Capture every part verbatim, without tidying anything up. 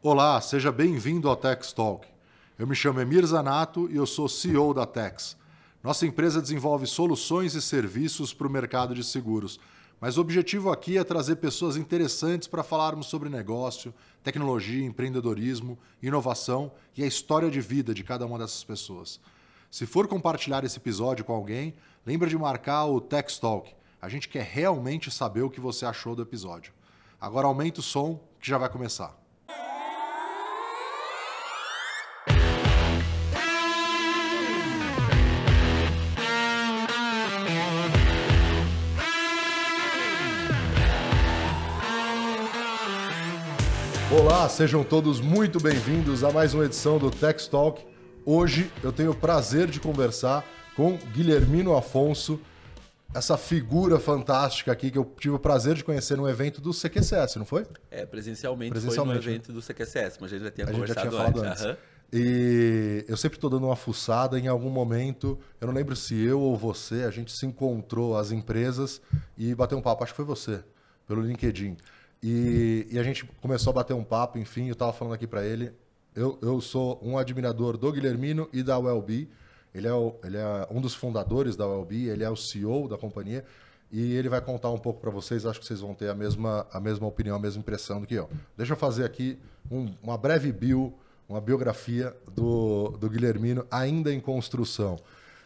Olá, seja bem-vindo ao Tex Talk. Eu me chamo Emir Zanato e eu sou C E O da Tex. Nossa empresa desenvolve soluções e serviços para o mercado de seguros, mas o objetivo aqui é trazer pessoas interessantes para falarmos sobre negócio, tecnologia, empreendedorismo, inovação e a história de vida de cada uma dessas pessoas. Se for compartilhar esse episódio com alguém, lembra de marcar o Tex Talk. A gente quer realmente saber o que você achou do episódio. Agora aumenta o som que já vai começar. Olá, sejam todos muito bem-vindos a mais uma edição do Tex Talk. Hoje eu tenho o prazer de conversar com Guilhermino Afonso, essa figura fantástica aqui que eu tive o prazer de conhecer no evento do C Q C S, não foi? É, presencialmente, presencialmente foi no evento do C Q C S, mas a gente já tinha a gente conversado já tinha falado antes. antes. Uhum. E eu sempre estou dando uma fuçada em algum momento, eu não lembro se eu ou você, a gente se encontrou as empresas e bateu um papo, acho que foi você, pelo LinkedIn. E, e a gente começou a bater um papo, enfim, eu estava falando aqui para ele, eu, eu sou um admirador do Guilhermino e da Wellbe, ele, é o, ele é um dos fundadores da Wellbe, ele é o C E O da companhia e ele vai contar um pouco para vocês, acho que vocês vão ter a mesma, a mesma opinião, a mesma impressão do que eu. Deixa eu fazer aqui um, uma breve bio, uma biografia do, do Guilhermino, ainda em construção.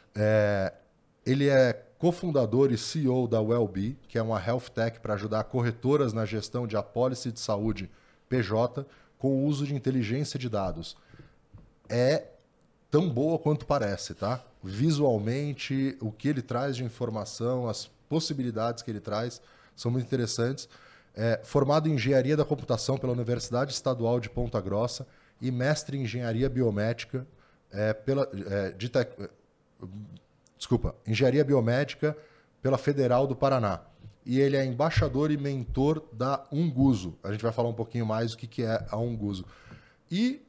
É, ele é cofundador e C E O da Wellbe, que é uma health tech para ajudar corretoras na gestão de apólice de saúde P J com o uso de inteligência de dados. É tão boa quanto parece, tá? Visualmente, o que ele traz de informação, as possibilidades que ele traz são muito interessantes. É, formado em Engenharia da Computação pela Universidade Estadual de Ponta Grossa e mestre em Engenharia Biomédica é, pela... É, de tec... Desculpa, Engenharia Biomédica pela Federal do Paraná. E ele é embaixador e mentor da Unguzo. A gente vai falar um pouquinho mais do que é a Unguzo. E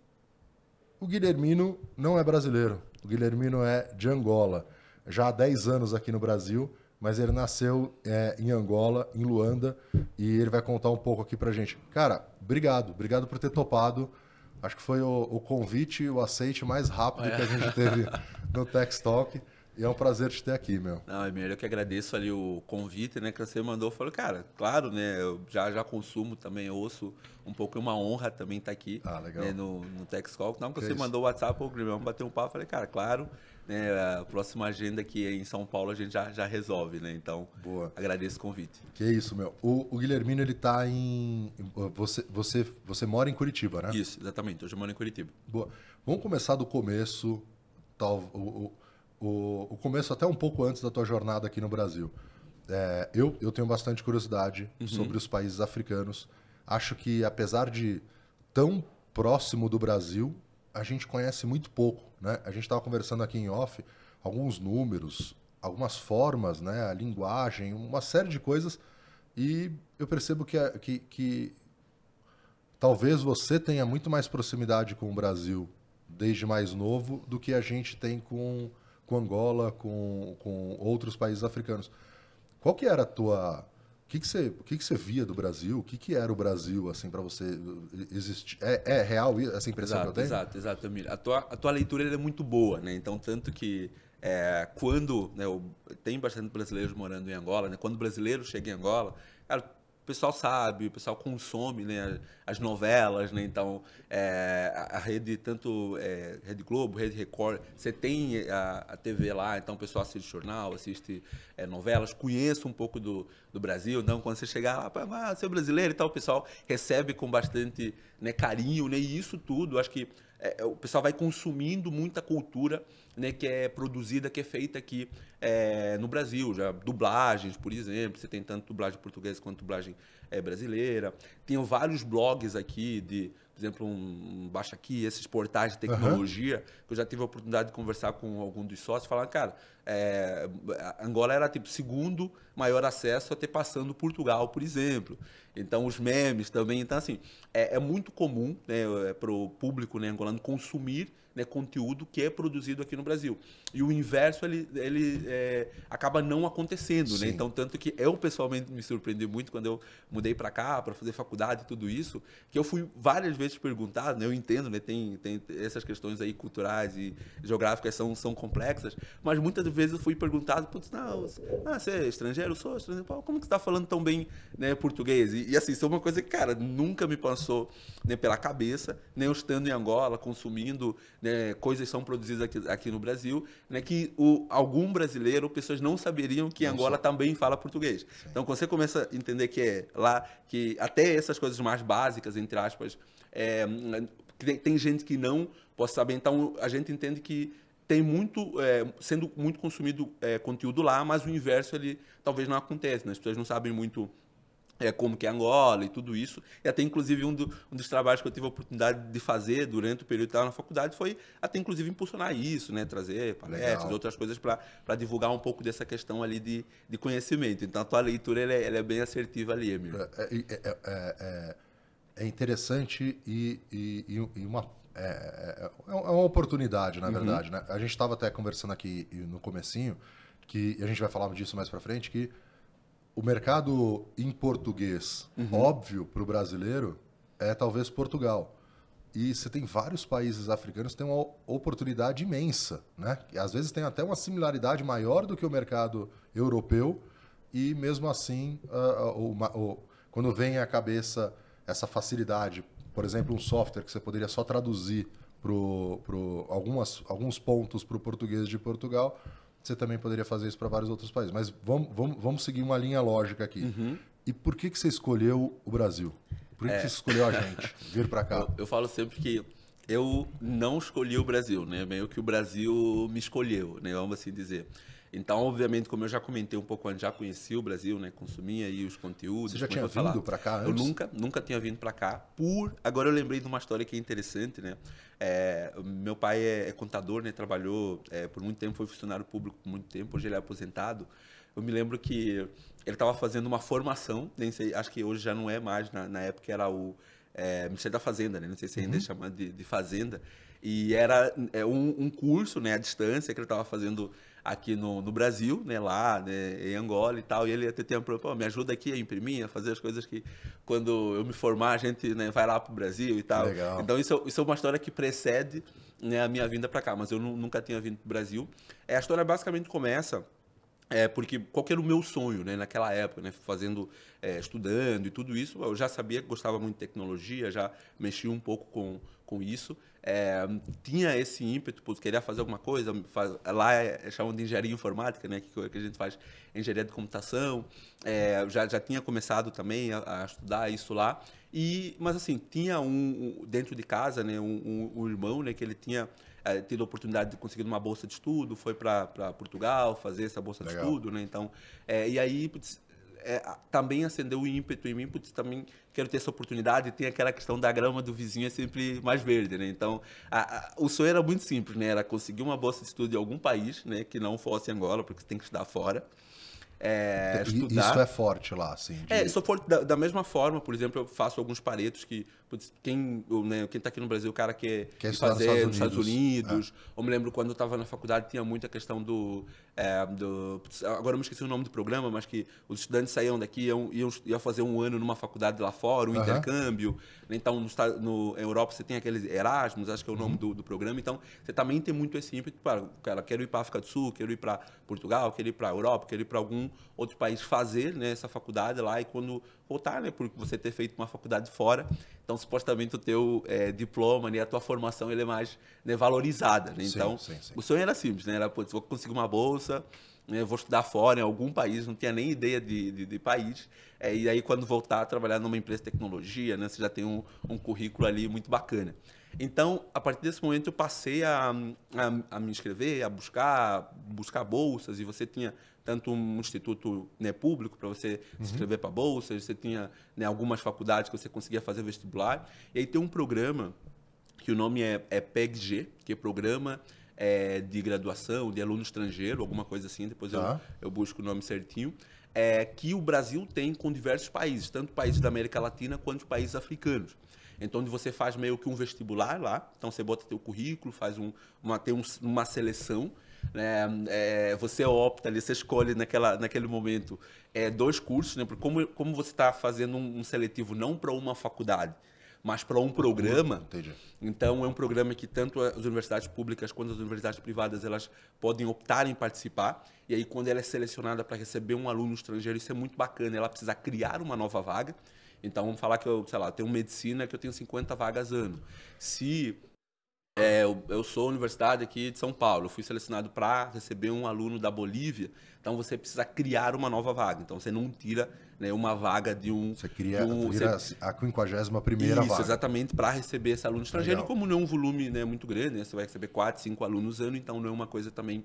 o Guilhermino não é brasileiro. O Guilhermino é de Angola. Já há dez anos aqui no Brasil, mas ele nasceu é, em Angola, em Luanda, e ele vai contar um pouco aqui pra gente. Cara, obrigado. Obrigado por ter topado. Acho que foi o, o convite, o aceite mais rápido é. que a gente teve no Tex Talk. E é um prazer te ter aqui, meu. Não, é melhor que agradeço ali o convite, né, que você mandou. Eu falei, cara, claro, né, eu já, já consumo também, ouço um pouco, é uma honra também estar aqui ah, legal. Né, no, no Tex Talk. Não, que que você isso? mandou o WhatsApp, o Guilherme bateu um papo, eu falei, cara, claro, né, a próxima agenda aqui em São Paulo a gente já, já resolve, né, então Boa. Agradeço o convite. Que isso, meu. O, o Guilhermino, ele tá em... Você, você, você mora em Curitiba, né? Isso, exatamente, hoje eu moro em Curitiba. Boa. Vamos começar do começo, tal, o, o... O, o começo até um pouco antes da tua jornada aqui no Brasil. É, eu, eu tenho bastante curiosidade uhum. sobre os países africanos. Acho que, apesar de tão próximo do Brasil, a gente conhece muito pouco, né? A gente estava conversando aqui em off, alguns números, algumas formas, né? A linguagem, uma série de coisas. E eu percebo que, que, que talvez você tenha muito mais proximidade com o Brasil desde mais novo do que a gente tem com... com Angola, com, com outros países africanos. Qual que era a tua... O que, que, você, o que, que você via do Brasil? O que, que era o Brasil, assim, para você existir? É, é real essa impressão exato, que eu tenho? Exato, exato, Emílio. A tua, a tua leitura é muito boa, né? Então, tanto que é, quando... Né, eu, tem bastante brasileiros morando em Angola, né? Quando o brasileiro chega em Angola, cara, o pessoal sabe, o pessoal consome, né, as novelas, né, então é, a rede, tanto é, Rede Globo, Rede Record, você tem a, a T V lá, então o pessoal assiste jornal, assiste é, novelas, conhece um pouco do, do Brasil, então quando você chegar lá, ah, você é brasileiro e tal, o pessoal recebe com bastante, né, carinho, né, e isso tudo, acho que é, o pessoal vai consumindo muita cultura, né, que é produzida, que é feita aqui é, no Brasil. Já dublagens, por exemplo, você tem tanto dublagem portuguesa quanto dublagem é, brasileira. Tenho vários blogs aqui, de, por exemplo, um, um baixa aqui, esses portais de tecnologia, uhum. que eu já tive a oportunidade de conversar com algum dos sócios, falar, cara, É, Angola era tipo segundo maior acesso até passando Portugal, por exemplo. Então os memes também, então assim é, é muito comum, né, para o público, né, angolano consumir, né, conteúdo que é produzido aqui no Brasil. E o inverso ele, ele é, acaba não acontecendo, né? Então tanto que eu pessoalmente me surpreendi muito quando eu mudei para cá para fazer faculdade e tudo isso, que eu fui várias vezes perguntado, né? Eu entendo, né? Tem, tem essas questões aí culturais e geográficas são, são complexas, mas muitas vezes eu fui perguntado, putz, não, ah, você é estrangeiro? Eu sou estrangeiro. Pô, como que você está falando tão bem, né, português? E, e assim, isso é uma coisa que, cara, nunca me passou, né, pela cabeça, nem eu estando em Angola, consumindo, né, coisas são produzidas aqui, aqui no Brasil, né, que o, algum brasileiro, pessoas não saberiam que Não Angola só. também fala português. Sim. Então, quando você começa a entender que é lá, que até essas coisas mais básicas, entre aspas, é, tem, tem gente que não pode saber, então a gente entende que tem muito, é, sendo muito consumido é, conteúdo lá, mas o inverso ele talvez não acontece, né? As pessoas não sabem muito é, como que é Angola e tudo isso. E até, inclusive, um, do, um dos trabalhos que eu tive a oportunidade de fazer durante o período que estava na faculdade foi até, inclusive, impulsionar isso, né? Trazer palestras, Legal. outras coisas para divulgar um pouco dessa questão ali de, de conhecimento. Então, a tua leitura ela é, ela é bem assertiva ali, Emir. É, é, é, é, é interessante e, e, e uma... É, é, é uma oportunidade, na uhum. verdade, né? A gente estava até conversando aqui no comecinho, que a gente vai falar disso mais para frente, que o mercado em português, uhum. óbvio, para o brasileiro, é talvez Portugal. E você tem vários países africanos que têm uma oportunidade imensa, né? E às vezes tem até uma similaridade maior do que o mercado europeu, e mesmo assim, uh, o, o, quando vem à cabeça essa facilidade, por exemplo, um software que você poderia só traduzir pro, pro algumas, alguns pontos para o português de Portugal, você também poderia fazer isso para vários outros países. Mas vamos, vamos, vamos seguir uma linha lógica aqui. Uhum. E por que, que você escolheu o Brasil? Por que, é. que você escolheu a gente vir para cá? Eu, eu falo sempre que eu não escolhi o Brasil, né? Meio que o Brasil me escolheu, né? Vamos assim dizer. Então, obviamente, como eu já comentei um pouco antes, já conheci o Brasil, né? Consumia aí os conteúdos. Você já tinha vindo para cá antes? Eu nunca, nunca tinha vindo para cá. Por agora eu lembrei de uma história que é interessante, né? É, meu pai é, é contador, né? Trabalhou é, por muito tempo, foi funcionário público por muito tempo. Hoje ele é aposentado. Eu me lembro que ele estava fazendo uma formação, nem sei, acho que hoje já não é mais. Na, na época era o é, Ministério da Fazenda, né? Não sei se ainda uhum. é chamado de, de Fazenda. E era é, um, um curso, né? À distância que ele estava fazendo aqui no, no Brasil, né, lá, né, em Angola e tal, e ele até tem pô, me ajuda aqui a imprimir, a fazer as coisas que quando eu me formar a gente, né, vai lá pro Brasil e tal. Legal. Então isso, isso é uma história que precede, né, a minha vinda para cá, mas eu nunca tinha vindo pro Brasil. É, a história basicamente começa é, porque qual que era o meu sonho, né, naquela época, né, fazendo, é, estudando e tudo isso, eu já sabia que gostava muito de tecnologia, já mexia um pouco com, com isso. É, tinha esse ímpeto, pô, queria fazer alguma coisa, faz, lá é, é chamam de engenharia informática, né, que, que a gente faz engenharia de computação, é, já, já tinha começado também a, a estudar isso lá, e, mas assim, tinha um, um dentro de casa, né, um, um, um irmão, né, que ele tinha é, tido a oportunidade de conseguir uma bolsa de estudo, foi para Portugal fazer essa bolsa Legal. de estudo, né, então, é, e aí, putz, É, também acendeu o ímpeto em mim, putz, também quero ter essa oportunidade. E tem aquela questão da grama do vizinho é sempre mais verde, né? Então, a, a, o sonho era muito simples, né? Era conseguir uma bolsa de estudo em algum país, né? Que não fosse Angola, porque você tem que estudar fora. É, estudar. Isso é forte lá, assim. De... É, sou forte da, da mesma forma, por exemplo, eu faço alguns paretos que putz, quem né, quem está aqui no Brasil, o cara quer, quer fazer nos Estados Unidos. Unidos. É. Eu me lembro quando eu estava na faculdade, tinha muita questão do, é, do... Putz, agora eu me esqueci o nome do programa, mas que os estudantes saíam daqui, iam, iam, iam fazer um ano numa faculdade lá fora, um uhum. intercâmbio. Então, no, no Europa, você tem aqueles Erasmus, acho que é o nome uhum. do, do programa. Então, você também tem muito esse ímpeto. Para, cara, quero ir para a África do Sul, quero ir para Portugal, quero ir para a Europa, quero ir para algum outro país fazer, né, essa faculdade lá e quando voltar, né, por você ter feito uma faculdade fora, então supostamente o teu é, diploma, né, a tua formação ele é mais, né, valorizada, né? Então sim, sim, sim. o sonho era simples, né, era pô, vou conseguir uma bolsa, né, vou estudar fora em algum país, não tinha nem ideia de, de, de país, é, e aí quando voltar a trabalhar numa empresa de tecnologia, né, você já tem um, um currículo ali muito bacana. Então, a partir desse momento, eu passei a, a, a me inscrever, a buscar, buscar bolsas, e você tinha tanto um instituto, né, público para você uhum. se inscrever para bolsas, você tinha, né, algumas faculdades que você conseguia fazer vestibular, e aí tem um programa que o nome é, é P E G G, que é Programa é, de graduação, de aluno estrangeiro, alguma coisa assim, depois Tá. eu, eu busco o nome certinho, é, que o Brasil tem com diversos países, tanto países da América Latina quanto países africanos. Então, onde você faz meio que um vestibular lá, então você bota teu currículo, faz um, uma, tem um, uma seleção, né? É, você opta ali, você escolhe naquela, naquele momento é, dois cursos, né? Porque como, como você está fazendo um, um seletivo não para uma faculdade, mas para um programa, Entendi. então é um programa que tanto as universidades públicas quanto as universidades privadas elas podem optar em participar, e aí quando ela é selecionada para receber um aluno estrangeiro, isso é muito bacana, ela precisa criar uma nova vaga. Então vamos falar que eu, sei lá, tenho medicina que eu tenho cinquenta vagas ano. Se É, eu, eu sou universidade aqui de São Paulo, eu fui selecionado para receber um aluno da Bolívia, então você precisa criar uma nova vaga. Então você não tira, né, uma vaga de um... Você cria de um, vira você, a quinquagésima primeira isso, vaga. exatamente, para receber esse aluno estrangeiro. Legal. E como não é um volume, né, muito grande, né, você vai receber quatro, cinco alunos ano, então não é uma coisa também...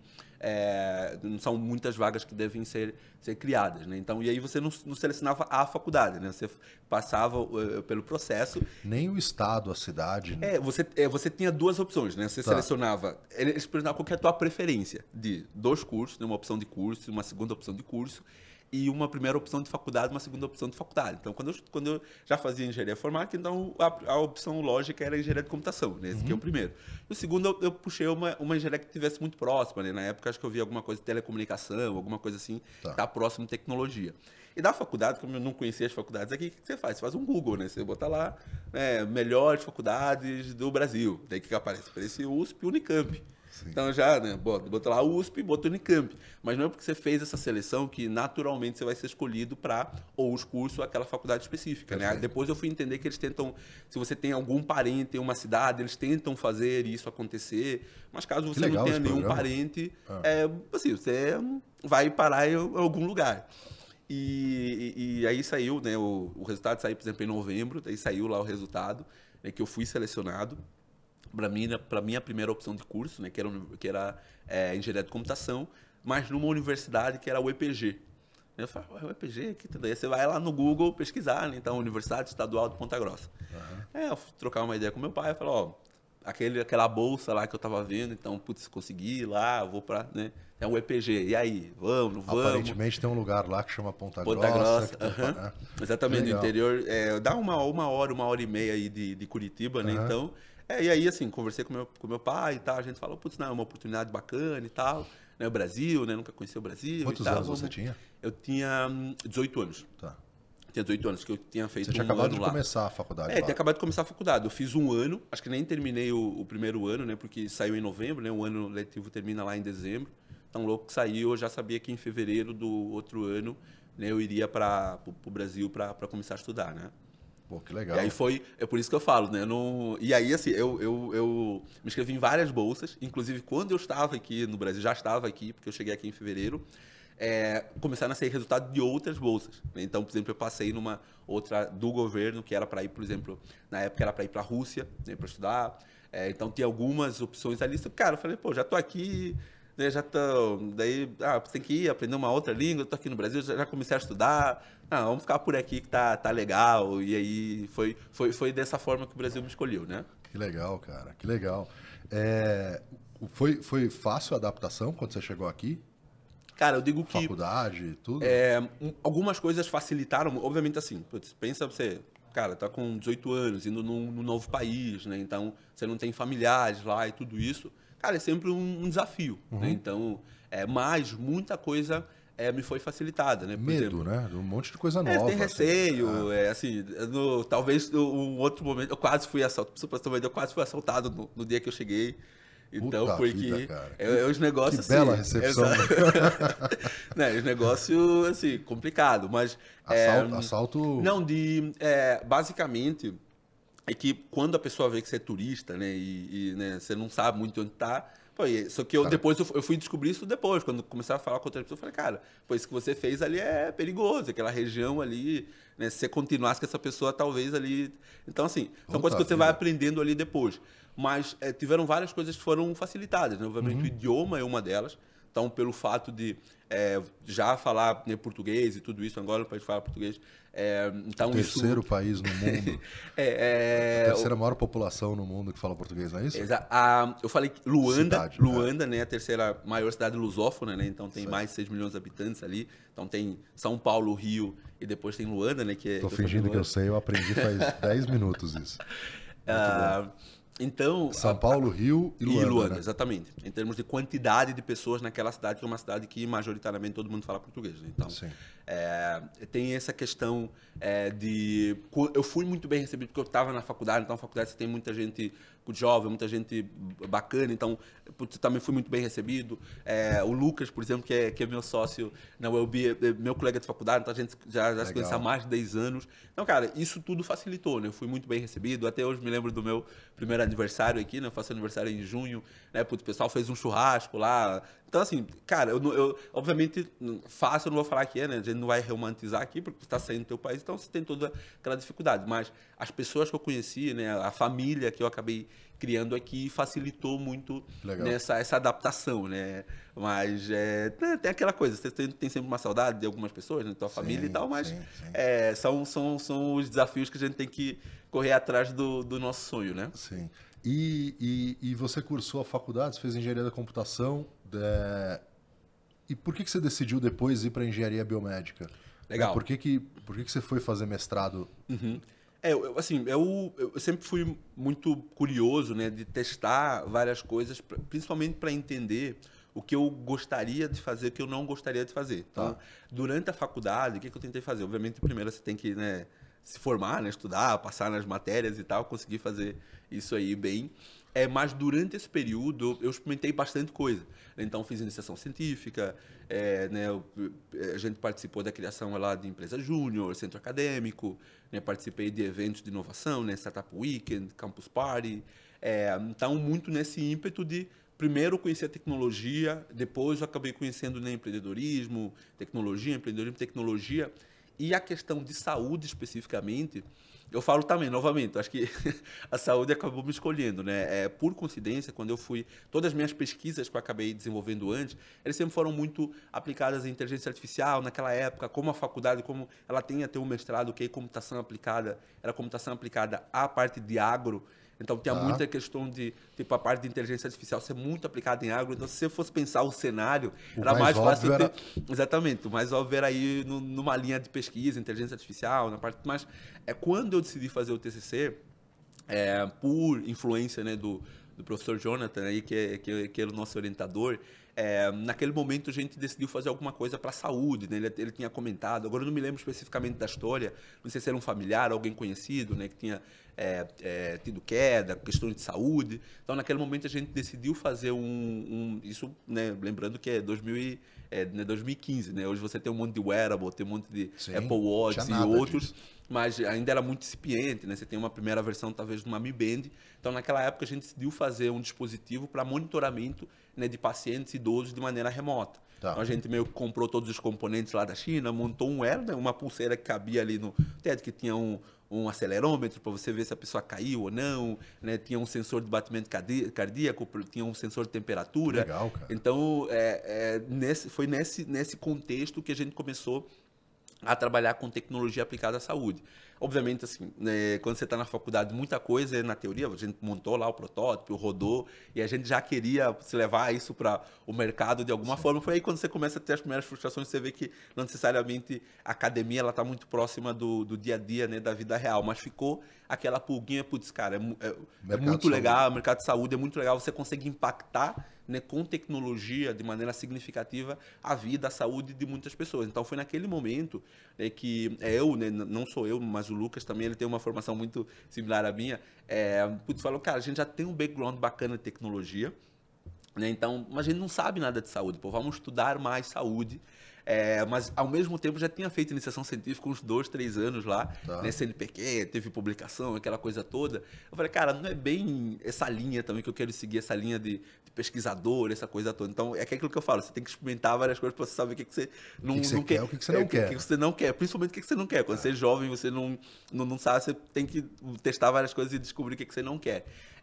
É, não são muitas vagas que devem ser, ser criadas, né? Então, e aí você não, não selecionava a faculdade, né? Você passava uh, pelo processo. Nem o estado, a cidade. Né? É, você, é, você tinha duas opções, né? Você Tá. selecionava, eles perguntavam qual que é a tua preferência de dois cursos, né? Uma opção de curso, uma segunda opção de curso e uma primeira opção de faculdade, uma segunda opção de faculdade. Então, quando eu, quando eu já fazia engenharia informática, então a, a opção lógica era engenharia de computação, né? Esse Uhum. aqui é o primeiro. E o segundo, eu, eu puxei uma, uma engenharia que estivesse muito próxima, né? Na época, acho que eu vi alguma coisa de telecomunicação, alguma coisa assim, Tá. que tá próximo de tecnologia. E da faculdade, como eu não conhecia as faculdades aqui, o que você faz? Você faz um Google, né? Você bota lá, né, melhores faculdades do Brasil. Daí o que, que aparece? Aparece U S P e Unicamp. Sim. Então já, né, bota, bota lá U S P e bota Unicamp. Mas não é porque você fez essa seleção que naturalmente você vai ser escolhido para ou os cursos ou aquela faculdade específica, né? Perfeito. Depois eu fui entender que eles tentam, se você tem algum parente em uma cidade, eles tentam fazer isso acontecer. Mas caso você legal não tenha esse nenhum programa. parente, Ah. é, assim, você vai parar em algum lugar. E, e, e aí saiu, né, o, o resultado saiu, por exemplo, em novembro, daí saiu lá o resultado, né, que eu fui selecionado para mim, para minha primeira opção de curso, né, que era, que era é, engenharia de computação, mas numa universidade que era o E P G. Eu falei, o E P G, que daí você vai lá no Google pesquisar, né, então Universidade Estadual de Ponta Grossa. Uhum. É, eu fui trocar uma ideia com meu pai, eu falei, ó, aquele, aquela bolsa lá que eu tava vendo, então, putz, consegui ir lá, vou para, né, é um E P G, e aí, vamos, vamos. Aparentemente tem um lugar lá que chama Ponta, Ponta Grossa. Grossa, que tem- uhum. é. Exatamente, no Legal. interior, é, dá uma, uma hora, uma hora e meia aí de, de Curitiba, né, Uhum. então, é, e aí, assim, conversei com meu, com meu pai e tal, a gente falou, putz, não, é uma oportunidade bacana e tal, né, o Brasil, né, nunca conheci o Brasil. Quantos e tal, anos vamos... você tinha? Eu tinha hum, dezoito anos. Tá. Tinha dezoito anos, que eu tinha feito Você tinha um acabado ano de lá. começar a faculdade É, lá. tinha acabado de começar a faculdade. Eu fiz um ano, acho que nem terminei o, o primeiro ano, né? Porque saiu em novembro, né? O ano letivo termina lá em dezembro. Então, logo que saiu, eu já sabia que em fevereiro do outro ano, né, eu iria para o Brasil para começar a estudar, né? Pô, que legal. E aí foi, é por isso que eu falo, né? Eu não, e aí, assim, eu, eu, eu me inscrevi em várias bolsas, inclusive quando eu estava aqui no Brasil, já estava aqui, porque eu cheguei aqui em fevereiro, é, começaram a sair resultados de outras bolsas. Né? Então, por exemplo, eu passei numa outra do governo, que era para ir, por exemplo, na época era para ir para a Rússia, né, para estudar. É, então, tinha algumas opções ali. Cara, eu falei, pô, já tô aqui, né, já tô... Daí, ah, você tem que ir aprender uma outra língua, eu tô aqui no Brasil, já, já comecei a estudar. Ah, vamos ficar por aqui que tá, tá legal. E aí, foi, foi, foi dessa forma que o Brasil me escolheu, né? Que legal, cara. Que legal. É, foi, foi fácil a adaptação quando você chegou aqui? Cara, eu digo que... Faculdade, tudo? É, um, algumas coisas facilitaram, obviamente assim, putz, pensa você, cara, tá com dezoito anos, indo num, num novo país, né? Então, você não tem familiares lá e tudo isso. Cara, é sempre um, um desafio, Uhum. né? Então, é, mas muita coisa é, me foi facilitada, né? Por Medo, exemplo, né? Um monte de coisa é, nova. tem receio, assim. é assim, no, talvez um outro momento, eu quase fui assaltado, pra você ter uma ideia, eu quase fui assaltado no, no dia que eu cheguei. Então, Puta porque vida, cara. é, é os negócios Que bela assim, recepção. né, os negócios assim, complicado, mas Assalto, é, assalto... não de é, basicamente é que quando a pessoa vê que você é turista, né, e, e, né, você não sabe muito onde tá, pô, e- só que eu Cara. depois eu, eu fui descobrir isso depois, quando começaram a falar com outra pessoa, eu falei, cara, pô, isso que você fez ali é perigoso, aquela região ali, né, se você continuasse com essa pessoa, talvez ali, então assim, são Puta coisas que você vai vida. aprendendo ali depois. Mas é, tiveram várias coisas que foram facilitadas, né? Obviamente Uhum. o idioma é uma delas. Então, pelo fato de é, já falar, né, português e tudo isso, Angola para falar português, é, então o terceiro isso... país no mundo, é, é, a terceira maior população no mundo que fala português, não é isso? Exa a, eu falei que Luanda, Cidade, Luanda, é. né, a terceira maior cidade lusófona, né, então tem certo. mais de seis milhões de habitantes ali, então tem São Paulo, Rio e depois tem Luanda, né, que é... Tô que fingindo que eu sei, eu aprendi faz dez minutos isso. Ah, então... São a, Paulo, Rio e Luanda, E Luanda, né? exatamente. Em termos de quantidade de pessoas naquela cidade, que é uma cidade que majoritariamente todo mundo fala português. Né? Então, é, tem essa questão é, de... Eu fui muito bem recebido porque eu estava na faculdade, então na faculdade você tem muita gente jovem, muita gente bacana, então putz, também fui muito bem recebido. É, o Lucas, por exemplo, que é, que é meu sócio na U E B, é meu colega de faculdade, então a gente já, já se conhece há mais de dez anos. Então, cara, isso tudo facilitou, né? Eu fui muito bem recebido. Até hoje me lembro do meu primeiro aniversário aqui, né? Eu faço aniversário em junho, né? Putz, o pessoal fez um churrasco lá. Então, assim, cara, eu, eu obviamente, fácil eu não vou falar que é, né? A gente não vai romantizar aqui, porque você está saindo do teu país, então você tem toda aquela dificuldade. Mas as pessoas que eu conheci, né? A família que eu acabei criando aqui facilitou muito nessa essa adaptação, né? Mas é, tem aquela coisa, você tem, tem sempre uma saudade de algumas pessoas, né? Da tua sim, família e tal, mas sim, sim. É, são, são, são os desafios que a gente tem que correr atrás do, do nosso sonho, né? Sim. E, e, e você cursou a faculdade, você fez engenharia da computação. De... E por que, que você decidiu depois ir para engenharia biomédica? Legal. Né? Por, que, que, por que, que você foi fazer mestrado? Uhum. É, eu, assim, eu, eu sempre fui muito curioso, né, de testar várias coisas, principalmente para entender o que eu gostaria de fazer, o que eu não gostaria de fazer. Então, tá. Durante a faculdade, o que, que eu tentei fazer? Obviamente, primeiro você tem que, né, se formar, né, estudar, passar nas matérias e tal, conseguir fazer isso aí bem. É, mas durante esse período eu experimentei bastante coisa. Então fiz iniciação científica, é, né, eu, a gente participou da criação lá de empresa júnior, centro acadêmico, né, participei de eventos de inovação, né, Startup Weekend, Campus Party. É, então muito nesse ímpeto de primeiro conhecer a tecnologia, depois eu acabei conhecendo, né, empreendedorismo, tecnologia, empreendedorismo, tecnologia e a questão de saúde especificamente. Eu falo também, novamente, acho que a saúde acabou me escolhendo, né? É, por coincidência, quando eu fui... Todas as minhas pesquisas que eu acabei desenvolvendo antes, elas sempre foram muito aplicadas em inteligência artificial, naquela época, como a faculdade, como ela tem até um mestrado, que é computação aplicada, era computação aplicada à parte de agro. Então, tinha tá. muita questão de, tipo, a parte de inteligência artificial ser muito aplicada em agro. Então, se você fosse pensar o cenário, o era mais, mais fácil... Era... Ter... Exatamente. O mais óbvio era ir no, numa linha de pesquisa, inteligência artificial, na parte... Mas é, quando eu decidi fazer o T C C, é, por influência, né, do, do professor Jonathan, aí, que, é, que, é, que era o nosso orientador, é, naquele momento a gente decidiu fazer alguma coisa para a saúde, né? ele, ele tinha comentado, agora eu não me lembro especificamente da história, não sei se era um familiar, alguém conhecido, né, que tinha é, é, tido queda, questões de saúde. Então, naquele momento a gente decidiu fazer um... um isso, né, lembrando que é, dois mil e, é né, dois mil e quinze, né? Hoje você tem um monte de wearable, tem um monte de Sim, Apple Watch e outros, disso. Mas ainda era muito incipiente, né? Você tem uma primeira versão, talvez, de uma Mi Band. Então, naquela época, a gente decidiu fazer um dispositivo para monitoramento, né, de pacientes idosos de maneira remota. Tá. Então, a gente meio que comprou todos os componentes lá da China, montou um wearable, uma pulseira que cabia ali no teto, que tinha um, um acelerômetro para você ver se a pessoa caiu ou não, né? Tinha um sensor de batimento cardíaco, tinha um sensor de temperatura. Legal, cara. Então, é, é, nesse, foi nesse, nesse contexto que a gente começou a trabalhar com tecnologia aplicada à saúde. Obviamente, assim, né, quando você está na faculdade, muita coisa é na teoria, a gente montou lá o protótipo, rodou, e a gente já queria se levar isso para o mercado de alguma Sim. forma. Foi aí quando você começa a ter as primeiras frustrações, você vê que não necessariamente a academia está muito próxima do, do dia a dia, né, da vida real, mas ficou aquela pulguinha, putz, cara, é, é, é muito legal, o mercado de saúde é muito legal, você consegue impactar, né, com tecnologia, de maneira significativa, a vida, a saúde de muitas pessoas. Então, foi naquele momento, né, que eu, né, não sou eu, mas o Lucas também, ele tem uma formação muito similar à minha, é, putz, falou, cara, a gente já tem um background bacana de tecnologia, né, então, mas a gente não sabe nada de saúde, pô, vamos estudar mais saúde. É, mas, ao mesmo tempo, já tinha feito iniciação científica uns dois, três anos lá, tá. nesse N P Q, teve publicação, aquela coisa toda. Eu falei, cara, não é bem essa linha também que eu quero seguir, essa linha de, de pesquisador, essa coisa toda. Então, é aquilo que eu falo, você tem que experimentar várias coisas para você saber o que, que você não, que que não você quer. quer. O que, que você não é, quer. O que, que você não quer, principalmente o que, que você não quer. Quando ah. você é jovem, você não, não, não sabe, você tem que testar várias coisas e descobrir o que, que você não quer.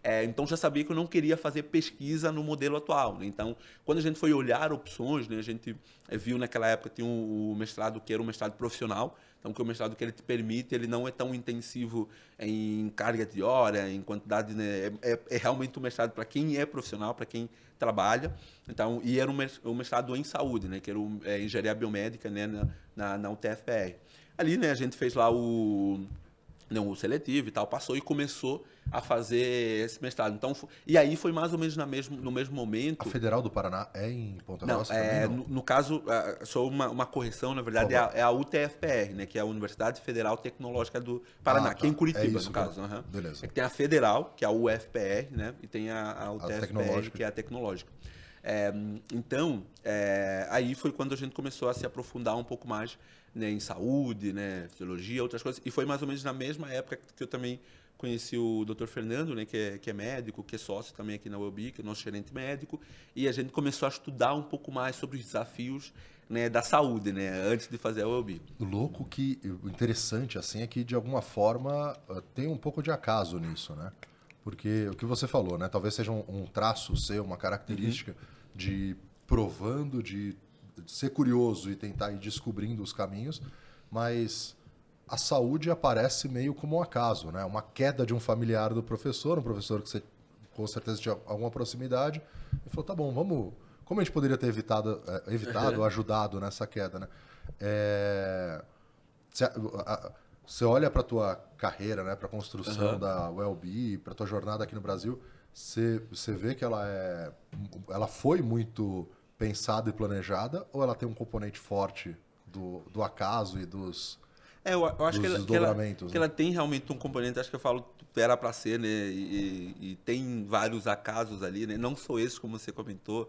É, então já sabia que eu não queria fazer pesquisa no modelo atual, né? Então, quando a gente foi olhar opções, né, a gente viu naquela época tinha o mestrado que era um mestrado profissional, então que o mestrado que ele te permite, ele não é tão intensivo em carga de hora, em quantidade, né? É, é realmente um mestrado para quem é profissional, para quem trabalha. Então, e era um mestrado em saúde, né, que era o, é, engenharia biomédica, né, na, na, na U T F P R. Ali, né, a gente fez lá o não, o seletivo e tal, passou e começou a fazer esse mestrado. Então, e aí foi mais ou menos na mesmo, no mesmo momento. A Federal do Paraná é em Ponta Não, Grossa é, também, não? No, no caso, uh, só uma, uma correção, na verdade, é a, é a U T F P R, né, que é a Universidade Federal Tecnológica do Paraná, Ah, que é em tá. Curitiba, É isso no que eu- caso. Uhum. Beleza. É que tem a Federal, que é a U F P R, né, e tem a, a U T F P R, tecnológica. que é a Tecnológica. É, então, é, aí foi quando a gente começou a se aprofundar um pouco mais, né, em saúde, né, fisiologia, outras coisas. E foi mais ou menos na mesma época que eu também conheci o doutor Fernando, né, que é, que é médico, que é sócio também aqui na U E B, que é o nosso gerente médico. E a gente começou a estudar um pouco mais sobre os desafios, né, da saúde, né, antes de fazer a U E B. Louco que o interessante assim é que de alguma forma eh, tem um pouco de acaso nisso, né? Porque o que você falou, né? Talvez seja um, um traço seu, uma característica Uhum. de provando, de, de ser curioso e tentar ir descobrindo os caminhos, mas a saúde aparece meio como um acaso, né? Uma queda de um familiar do professor, um professor que você com certeza tinha alguma proximidade, e falou, tá bom, vamos... Como a gente poderia ter evitado, eh, evitado Uhum. ajudado nessa queda, né? É... Você, você olha para a tua carreira, né, para a construção Uhum. da Wellbe, para a tua jornada aqui no Brasil, você, você vê que ela, é, ela foi muito pensada e planejada ou ela tem um componente forte do, do acaso e dos, É, eu, eu acho dos que ela, que, ela, desdobramentos? que Né? ela tem realmente um componente, acho que eu falo, era para ser, né? E, e tem vários acasos ali, né? Não só esse, como você comentou.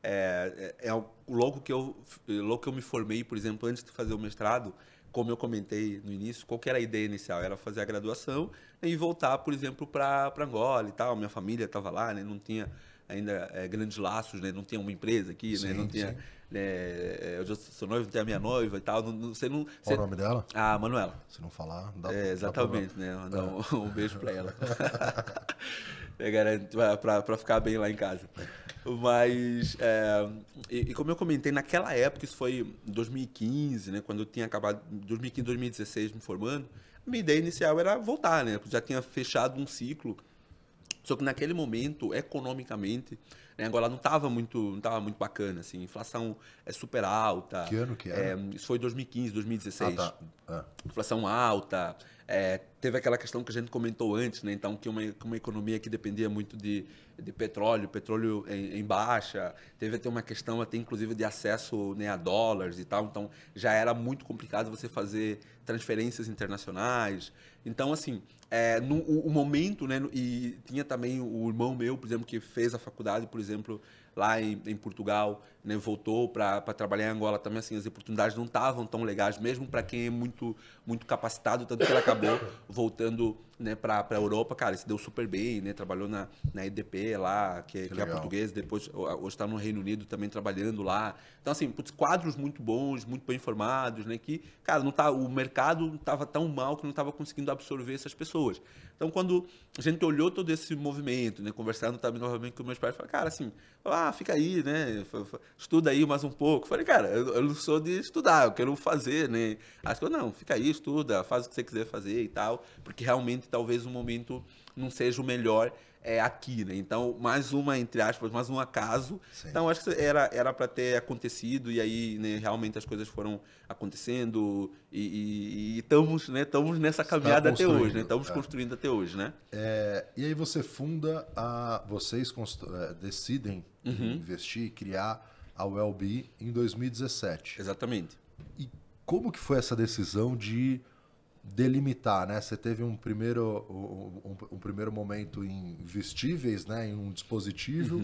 É, é, é logo que eu logo que eu me formei, por exemplo, antes de fazer o mestrado, como eu comentei no início, qual que era a ideia inicial? Era fazer a graduação e voltar, por exemplo, para Angola e tal. Minha família estava lá, né? Não tinha ainda é, grandes laços, né? Não tinha uma empresa aqui, né? Não Sim, tinha, sim. né? Eu já sou noivo, não tenho a minha noiva e tal. Não, não, você não, Qual você... o nome dela? Ah, Manuela. Se não falar, dá, É, dá problema. exatamente, né? Mandar um, um beijo pra ela. É, garanto, pra, pra, pra ficar bem lá em casa. Mas, é, e, e como eu comentei, naquela época, isso foi em dois mil e quinze, né? Quando eu tinha acabado, dois mil e quinze, dois mil e dezesseis me formando, a minha ideia inicial era voltar, né? Eu já tinha fechado um ciclo. Só que naquele momento, economicamente, né, Angola não estava muito, não tava muito bacana, assim, a inflação é super alta. Que ano que É, era? isso foi dois mil e quinze, dois mil e dezesseis. Ah, tá. É. Inflação alta, é, teve aquela questão que a gente comentou antes, né? Então, que uma, uma economia que dependia muito de, de petróleo, petróleo em, em baixa, teve até uma questão até inclusive de acesso, né, a dólares e tal, então já era muito complicado você fazer transferências internacionais. Então, assim, é, no, o, o momento, né, e tinha também o irmão meu, por exemplo, que fez a faculdade, por exemplo, lá em, em Portugal, né, voltou para trabalhar em Angola também, assim, as oportunidades não estavam tão legais, mesmo para quem é muito, muito capacitado, tanto que ele acabou voltando, né, para a Europa, cara, ele se deu super bem, né, trabalhou na, na E D P lá, que, Que que é a legal. portuguesa, depois hoje está no Reino Unido também trabalhando lá. Então, assim, putz, quadros muito bons, muito bem formados, né, que, cara, não tá, o mercado estava tão mal que não estava conseguindo absorver essas pessoas. Então, quando a gente olhou todo esse movimento, né, conversando também novamente com meus pais, falei, cara, assim, ah, fica aí, né, estuda aí mais um pouco. Falei, cara, eu, eu não sou de estudar, eu quero fazer, né. Acho que não, fica aí, estuda, faz o que você quiser fazer e tal, porque realmente talvez o momento não seja o melhor é, aqui, né? Então, mais uma, entre aspas, mais um acaso. Sim. Então, acho que era era para ter acontecido e aí, né, realmente as coisas foram acontecendo e, e, e estamos, né, estamos nessa caminhada até hoje, né? construindo, Estamos é. construindo até hoje, né? É, e aí você funda a. Vocês constru- é, decidem investir, criar a Wellbe em dois mil e dezessete. Exatamente. E como que foi essa decisão de delimitar, né? Você teve um primeiro, um, um- um primeiro momento em vestíveis, né? Em um dispositivo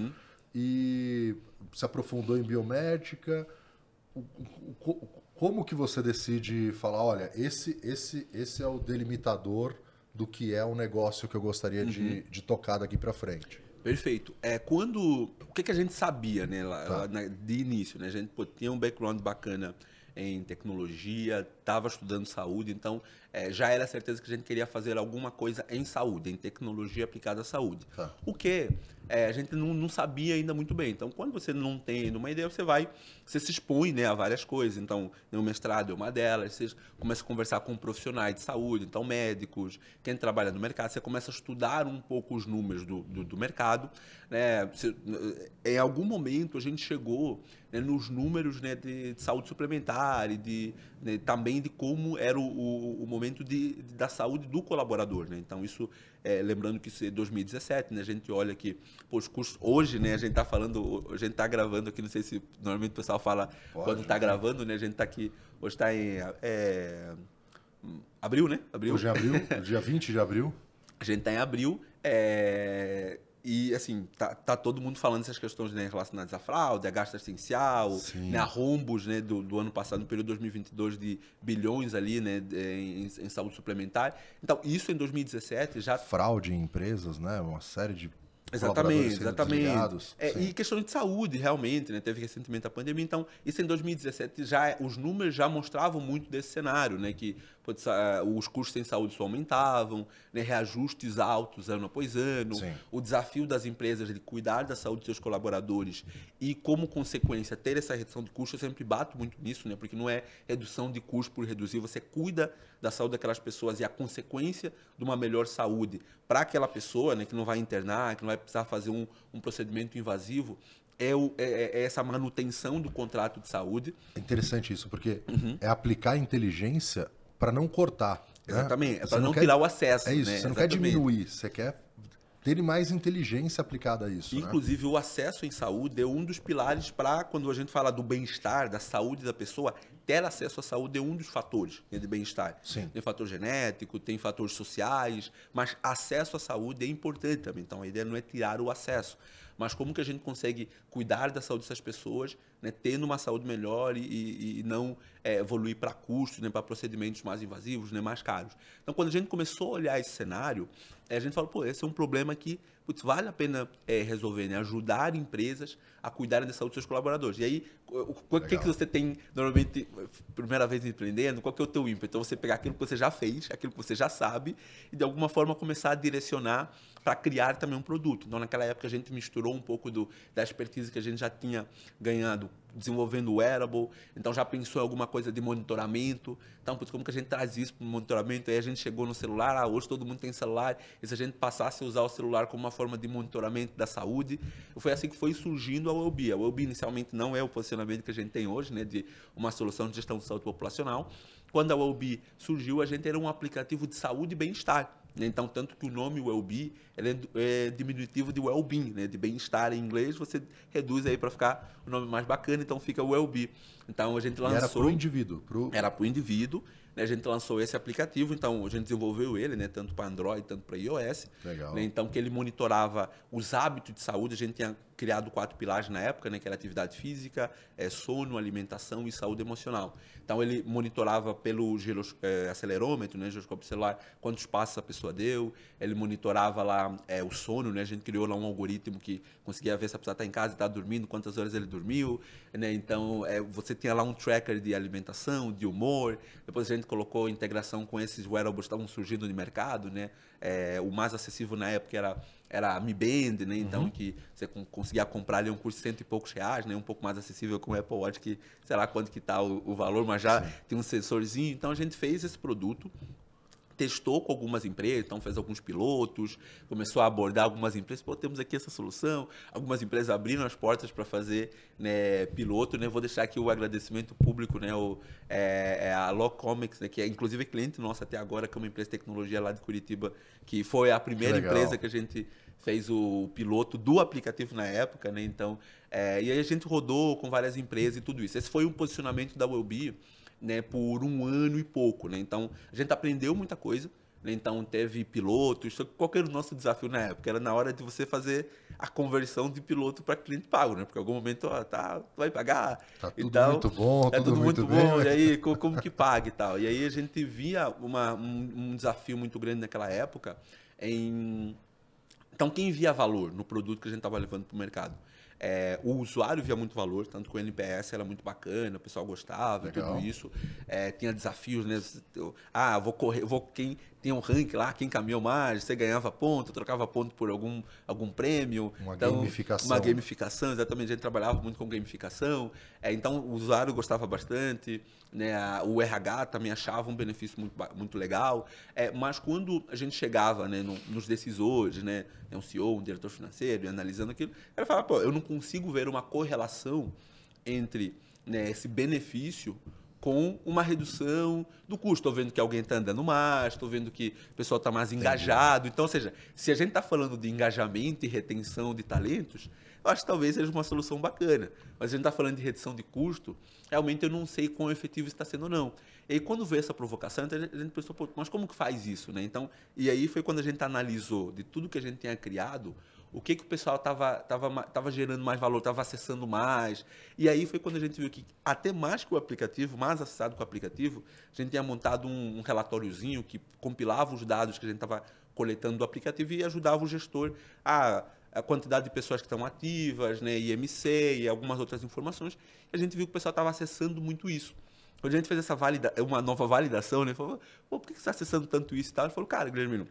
e se aprofundou em biomédica. O- o- o- como que você decide falar, olha, esse, esse, esse é o delimitador do que é o negócio que eu gostaria de, de tocar daqui para frente? Perfeito. É, quando, o que, que a gente sabia, né, lá, Tá. lá na- de início, né? A gente pô, tinha um background bacana em tecnologia, estava estudando saúde, então é, já era certeza que a gente queria fazer alguma coisa em saúde, em tecnologia aplicada à saúde. Tá. O que é, a gente não, não sabia ainda muito bem. Então, quando você não tem uma ideia, você vai, você se expõe, né, a várias coisas. Então, o mestrado é uma delas, você começa a conversar com profissionais de saúde, então médicos, quem trabalha no mercado, você começa a estudar um pouco os números do, do, do mercado. Né? Você, em algum momento, a gente chegou, né, nos números, né, de, de saúde suplementar e de, né, também de como era o, o, o momento de, de, da saúde do colaborador. Né? Então, isso, é, lembrando que isso é dois mil e dezessete, né, a gente olha que pô, os custos, hoje, né, a gente está falando, a gente está gravando aqui, não sei se normalmente o pessoal fala Pode, quando está gravando, né, a gente está aqui, hoje está em é, abril, né? Abril. Hoje é abril, dia vinte de abril. A gente está em abril, é, e assim, tá, tá todo mundo falando essas questões, né, relacionadas à fraude, a gasto essencial, né, a rombos, né, do, do ano passado, no período de dois mil e vinte e dois, de bilhões ali, né, em, em saúde suplementar. Então, isso em dois mil e dezessete já... Fraude em empresas, né, uma série de... Exatamente, exatamente. É, e questão de saúde, realmente, né? Teve recentemente a pandemia, então, isso em dois mil e dezessete, já, os números já mostravam muito desse cenário, né? Que pode, os custos em saúde só aumentavam, né? Reajustes altos ano após ano, Sim. o desafio das empresas de cuidar da saúde de seus colaboradores e, como consequência, ter essa redução de custos. Eu sempre bato muito nisso, né? Porque não é redução de custo por reduzir, você cuida da saúde daquelas pessoas e a consequência de uma melhor saúde para aquela pessoa, né? Que não vai internar, que não vai precisar fazer um, um procedimento invasivo, é, o, é, é essa manutenção do contrato de saúde. É interessante isso, porque uhum. é aplicar inteligência para não cortar. Exatamente, né? é para não, não quer, tirar o acesso. É isso, né? você não Exatamente. quer diminuir, você quer ter mais inteligência aplicada a isso. Inclusive, né? o acesso em saúde é um dos pilares para, quando a gente fala do bem-estar, da saúde da pessoa, ter acesso à saúde é um dos fatores, né, de bem-estar. Tem fator genético, tem fatores sociais, mas acesso à saúde é importante também. Então, a ideia não é tirar o acesso, mas como que a gente consegue cuidar da saúde dessas pessoas, né, tendo uma saúde melhor e, e, e não é, evoluir para custos, né, para procedimentos mais invasivos, né, mais caros. Então, quando a gente começou a olhar esse cenário, a gente falou, pô, esse é um problema que putz, vale a pena é, resolver, né? Ajudar empresas a cuidarem da saúde dos seus colaboradores. E aí, o que, que você tem, normalmente, primeira vez empreendendo, qual que é o teu ímpeto? Então, você pegar aquilo que você já fez, aquilo que você já sabe, e de alguma forma começar a direcionar para criar também um produto. Então, naquela época, a gente misturou um pouco do, da expertise que a gente já tinha ganhado desenvolvendo o wearable, então já pensou em alguma coisa de monitoramento. Então, putz, como que a gente traz isso para o monitoramento? Aí a gente chegou no celular, ah, hoje todo mundo tem celular, e se a gente passasse a usar o celular como uma forma de monitoramento da saúde, foi assim que foi surgindo a Wellbe. A Wellbe inicialmente não é o posicionamento que a gente tem hoje, né, de uma solução de gestão de saúde populacional. Quando a Wellbe surgiu, a gente era um aplicativo de saúde e bem-estar. Então, tanto que o nome Wellbe é, é diminutivo de well-being, né? De bem-estar em inglês, você reduz aí para ficar o nome mais bacana, então fica Wellbe. Então, a gente lançou... E era para o indivíduo. Pro... Era para o indivíduo, né? A gente lançou esse aplicativo, então a gente desenvolveu ele, né? Tanto para Android, tanto para iOS. Legal. Né? Então, que ele monitorava os hábitos de saúde. A gente tinha criado quatro pilares na época, né? Que era atividade física, é, sono, alimentação e saúde emocional. Então, ele monitorava pelo giros, é, acelerômetro, né? Giroscópio celular, quantos passos a pessoa deu. Ele monitorava lá é, o sono, né? A gente criou lá um algoritmo que conseguia ver se a pessoa está em casa e está dormindo, quantas horas ele dormiu. Né? Então, é, você tinha lá um tracker de alimentação, de humor. Depois a gente colocou integração com esses wearables que estavam surgindo no mercado, né? É, o mais acessível na época era, era a Mi Band, né? Então, uhum. que você conseguia comprar ali um curso de cento e poucos reais, né? Um pouco mais acessível com o Apple Watch, que sei lá quanto que está o, o valor, mas já Sim. tem um sensorzinho. Então, a gente fez esse produto, testou com algumas empresas, então fez alguns pilotos, começou a abordar algumas empresas, pô, temos aqui essa solução. Algumas empresas abriram as portas para fazer, né, piloto, né? Vou deixar aqui o agradecimento público, né, o, é, é a Locomics, né, que é inclusive cliente nossa até agora, que é uma empresa de tecnologia lá de Curitiba, que foi a primeira que empresa que a gente fez o piloto do aplicativo na época, né? Então, é, e aí a gente rodou com várias empresas e tudo isso. Esse foi o posicionamento da Wellbe, né, por um ano e pouco, né? Então, a gente aprendeu muita coisa, né? Então, teve pilotos. Qual que era o nosso desafio na época? Era na hora de você fazer a conversão de piloto para cliente pago, né? Porque em algum momento, ó, tá, tu vai pagar. Tá tudo então, muito bom, é tudo, tudo muito, muito bom. bem. E aí, como, como que paga e tal? E aí, a gente via uma, um, um desafio muito grande naquela época em... Então, quem via valor no produto que a gente estava levando para o mercado? É, o usuário via muito valor, tanto que o N P S era muito bacana, o pessoal gostava, Legal. tudo isso. É, tinha desafios, né? Ah, vou correr, vou quem tinha um ranking lá, quem caminhou mais, você ganhava ponto, trocava ponto por algum, algum prêmio. Uma então, gamificação. Uma gamificação, exatamente. A gente trabalhava muito com gamificação. É, então, o usuário gostava bastante, né? O R H também achava um benefício muito, muito legal. É, mas quando a gente chegava, né, no, nos decisores, né, um C E O, um diretor financeiro, e analisando aquilo, ele falava, pô, eu não consigo ver uma correlação entre, né, esse benefício com uma redução do custo. Estou vendo que alguém está andando mais, estou vendo que o pessoal está mais engajado. Então, ou seja, se a gente está falando de engajamento e retenção de talentos, eu acho que talvez seja uma solução bacana. Mas a gente está falando de redução de custo, realmente eu não sei quão efetivo está sendo ou não. E aí, quando veio essa provocação, a gente pensou, pô, mas como que faz isso, né? Então, e aí foi quando a gente analisou de tudo que a gente tinha criado, o que, que o pessoal estava tava, tava gerando mais valor, estava acessando mais. E aí foi quando a gente viu que, até mais que o aplicativo, mais acessado que o aplicativo, a gente tinha montado um, um relatóriozinho que compilava os dados que a gente estava coletando do aplicativo e ajudava o gestor a, a quantidade de pessoas que estão ativas, né, I M C e algumas outras informações. E a gente viu que o pessoal estava acessando muito isso. Quando a gente fez essa valida, uma nova validação, né, falou, pô, por que você está acessando tanto isso e tal? Ele falou, cara, Guilherme,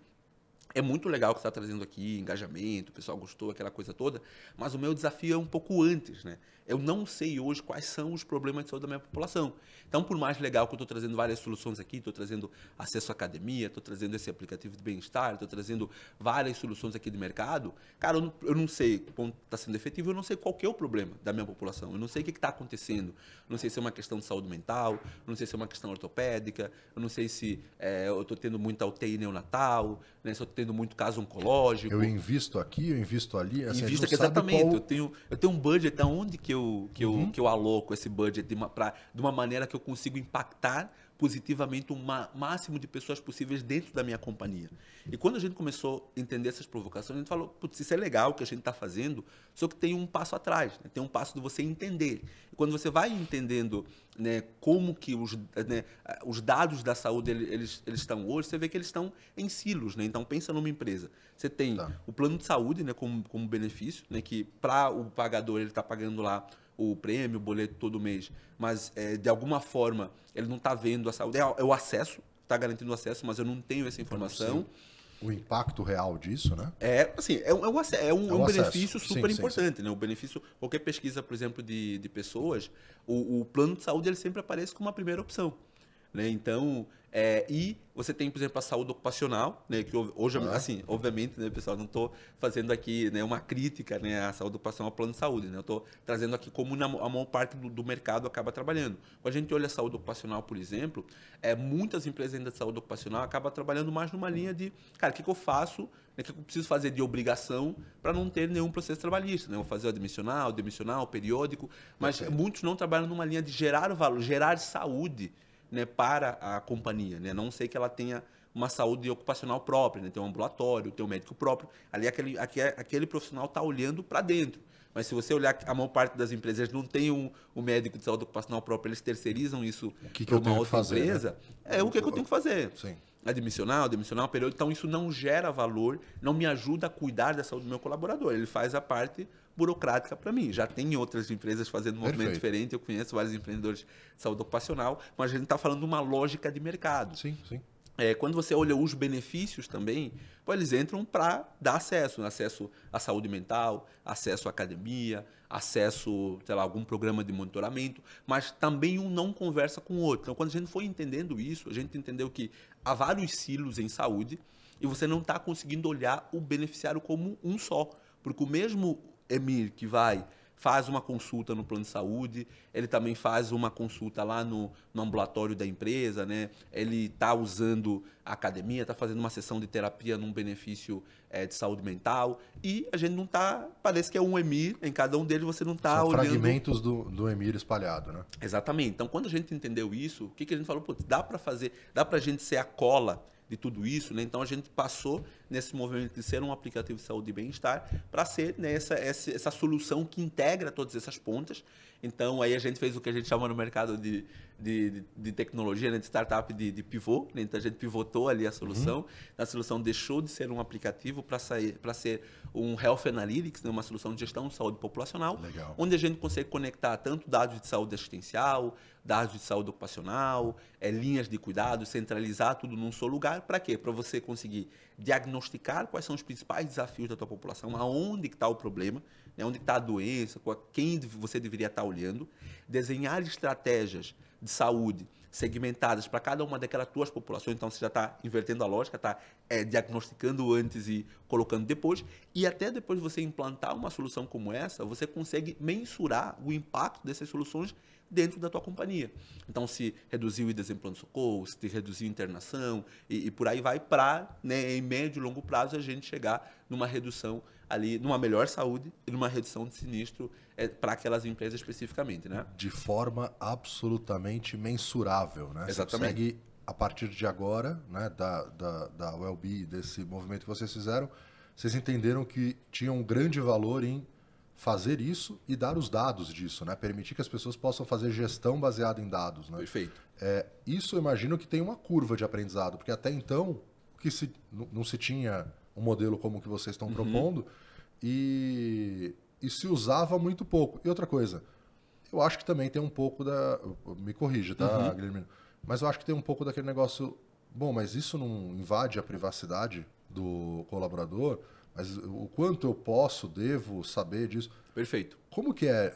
é muito legal o que você está trazendo aqui, engajamento, o pessoal gostou, aquela coisa toda, mas o meu desafio é um pouco antes, né? Eu não sei hoje quais são os problemas de saúde da minha população. Então, por mais legal que eu estou trazendo várias soluções aqui, estou trazendo acesso à academia, estou trazendo esse aplicativo de bem-estar, estou trazendo várias soluções aqui de mercado, cara, eu não, eu não sei como está sendo efetivo, eu não sei qual que é o problema da minha população, eu não sei o que está acontecendo, eu não sei se é uma questão de saúde mental, eu não sei se é uma questão ortopédica, eu não sei se é, eu estou tendo muita U T I neonatal, né, se eu estou tendo muito caso oncológico. Eu invisto aqui, eu invisto ali. Assim, Invisto aqui, exatamente. Qual... Eu, tenho, eu tenho um budget aonde que eu, que, uhum. eu, que eu aloco esse budget de uma, pra, de uma maneira que eu consigo impactar positivamente o máximo de pessoas possíveis dentro da minha companhia. E quando a gente começou a entender essas provocações, a gente falou, putz, isso é legal o que a gente está fazendo, só que tem um passo atrás, né? Tem um passo de você entender. E quando você vai entendendo, né, como que os, né, os dados da saúde eles, eles estão hoje, você vê que eles estão em silos, né? Então, pensa numa empresa. Você tem tá. o plano de saúde, né, como, como benefício, né, que para o pagador ele está pagando lá o prêmio, o boleto todo mês, mas é, de alguma forma ele não está vendo a saúde, é, é o acesso, está garantindo o acesso, mas eu não tenho essa informação. O impacto real disso, né? É, assim, é um, é um, é um, é um benefício super sim, importante, sim, sim. né? O benefício, qualquer pesquisa, por exemplo, de, de pessoas, o, o plano de saúde ele sempre aparece como uma primeira opção. Né? Então, é, e você tem, por exemplo, a saúde ocupacional, né? Que hoje, ah. assim, obviamente, né, pessoal, não estou fazendo aqui, né, uma crítica, né, à saúde ocupacional, ao plano de saúde, né? Eu estou trazendo aqui como na, a maior parte do, do mercado acaba trabalhando. Quando a gente olha a saúde ocupacional, por exemplo, é, muitas empresas ainda de saúde ocupacional acabam trabalhando mais numa linha de, cara, o que, que eu faço, né, o que, que eu preciso fazer de obrigação para não ter nenhum processo trabalhista, né? Eu vou fazer o admissional, demissional, periódico, mas okay. muitos não trabalham numa linha de gerar valor, gerar saúde, né, para a companhia, né? Não sei que ela tenha uma saúde ocupacional própria, né? Tem um ambulatório, tem um médico próprio. Ali aquele, aquele, aquele profissional está olhando para dentro. Mas se você olhar, a maior parte das empresas não tem um, um médico de saúde ocupacional próprio, eles terceirizam isso para uma outra fazer, empresa. Né? É o que, que eu tenho que fazer. Sim. Admissional, demissional, período. Então isso não gera valor, não me ajuda a cuidar da saúde do meu colaborador. Ele faz a parte burocrática para mim. Já tem outras empresas fazendo um movimento diferente, eu conheço vários empreendedores de saúde ocupacional, mas a gente está falando de uma lógica de mercado. Sim, sim. É, quando você olha os benefícios também, pô, eles entram para dar acesso, acesso à saúde mental, acesso à academia, acesso, sei lá, a algum programa de monitoramento, mas também um não conversa com o outro. Então, quando a gente foi entendendo isso, a gente entendeu que há vários silos em saúde e você não está conseguindo olhar o beneficiário como um só, porque o mesmo Emir que vai, faz uma consulta no plano de saúde, ele também faz uma consulta lá no, no ambulatório da empresa, né? Ele está usando a academia, está fazendo uma sessão de terapia num benefício é, de saúde mental e a gente não está, parece que é um Emir, em cada um deles você não está olhando... São fragmentos do, do Emir espalhado, né? Exatamente. Então, quando a gente entendeu isso, o que, que a gente falou? Putz, dá para fazer, dá para a gente ser a cola de tudo isso, né? Então a gente passou, nesse movimento de ser um aplicativo de saúde e bem-estar para ser né, essa, essa, essa solução que integra todas essas pontas. Então, aí a gente fez o que a gente chama no mercado de, de, de tecnologia, né, de startup de, de pivô. Né? Então, a gente pivotou ali a solução. Uhum. A solução deixou de ser um aplicativo para ser um Health Analytics, né, uma solução de gestão de saúde populacional, Legal. Onde a gente consegue conectar tanto dados de saúde assistencial, dados de saúde ocupacional, é, linhas de cuidado, centralizar tudo num só lugar. Para quê? Para você conseguir diagnosticar quais são os principais desafios da tua população, aonde está o problema, né, onde está a doença, quem você deveria estar olhando, desenhar estratégias de saúde segmentadas para cada uma daquelas tuas populações. Então, você já está invertendo a lógica, está é, diagnosticando antes e colocando depois. E até depois de você implantar uma solução como essa, você consegue mensurar o impacto dessas soluções dentro da tua companhia. Então, se reduziu idas em pronto-socorro, se reduziu internação e, e por aí vai para, né, em médio e longo prazo, a gente chegar numa redução ali, numa melhor saúde e numa redução de sinistro é, para aquelas empresas especificamente, né? De forma absolutamente mensurável, né? Exatamente. Você consegue, a partir de agora, né, da, da, da Wellbe, desse movimento que vocês fizeram, vocês entenderam que tinha um grande valor em fazer isso e dar os dados disso, né? Permitir que as pessoas possam fazer gestão baseada em dados, né? Perfeito. É, isso eu imagino que tem uma curva de aprendizado, porque até então que se, não se tinha um modelo como o que vocês estão uhum. propondo e, e se usava muito pouco. E outra coisa, eu acho que também tem um pouco da... Me corrija, tá, uhum. Guilherme? Mas eu acho que tem um pouco daquele negócio... Bom, mas isso não invade a privacidade do colaborador? Mas o quanto eu posso, devo saber disso? Perfeito. Como que é...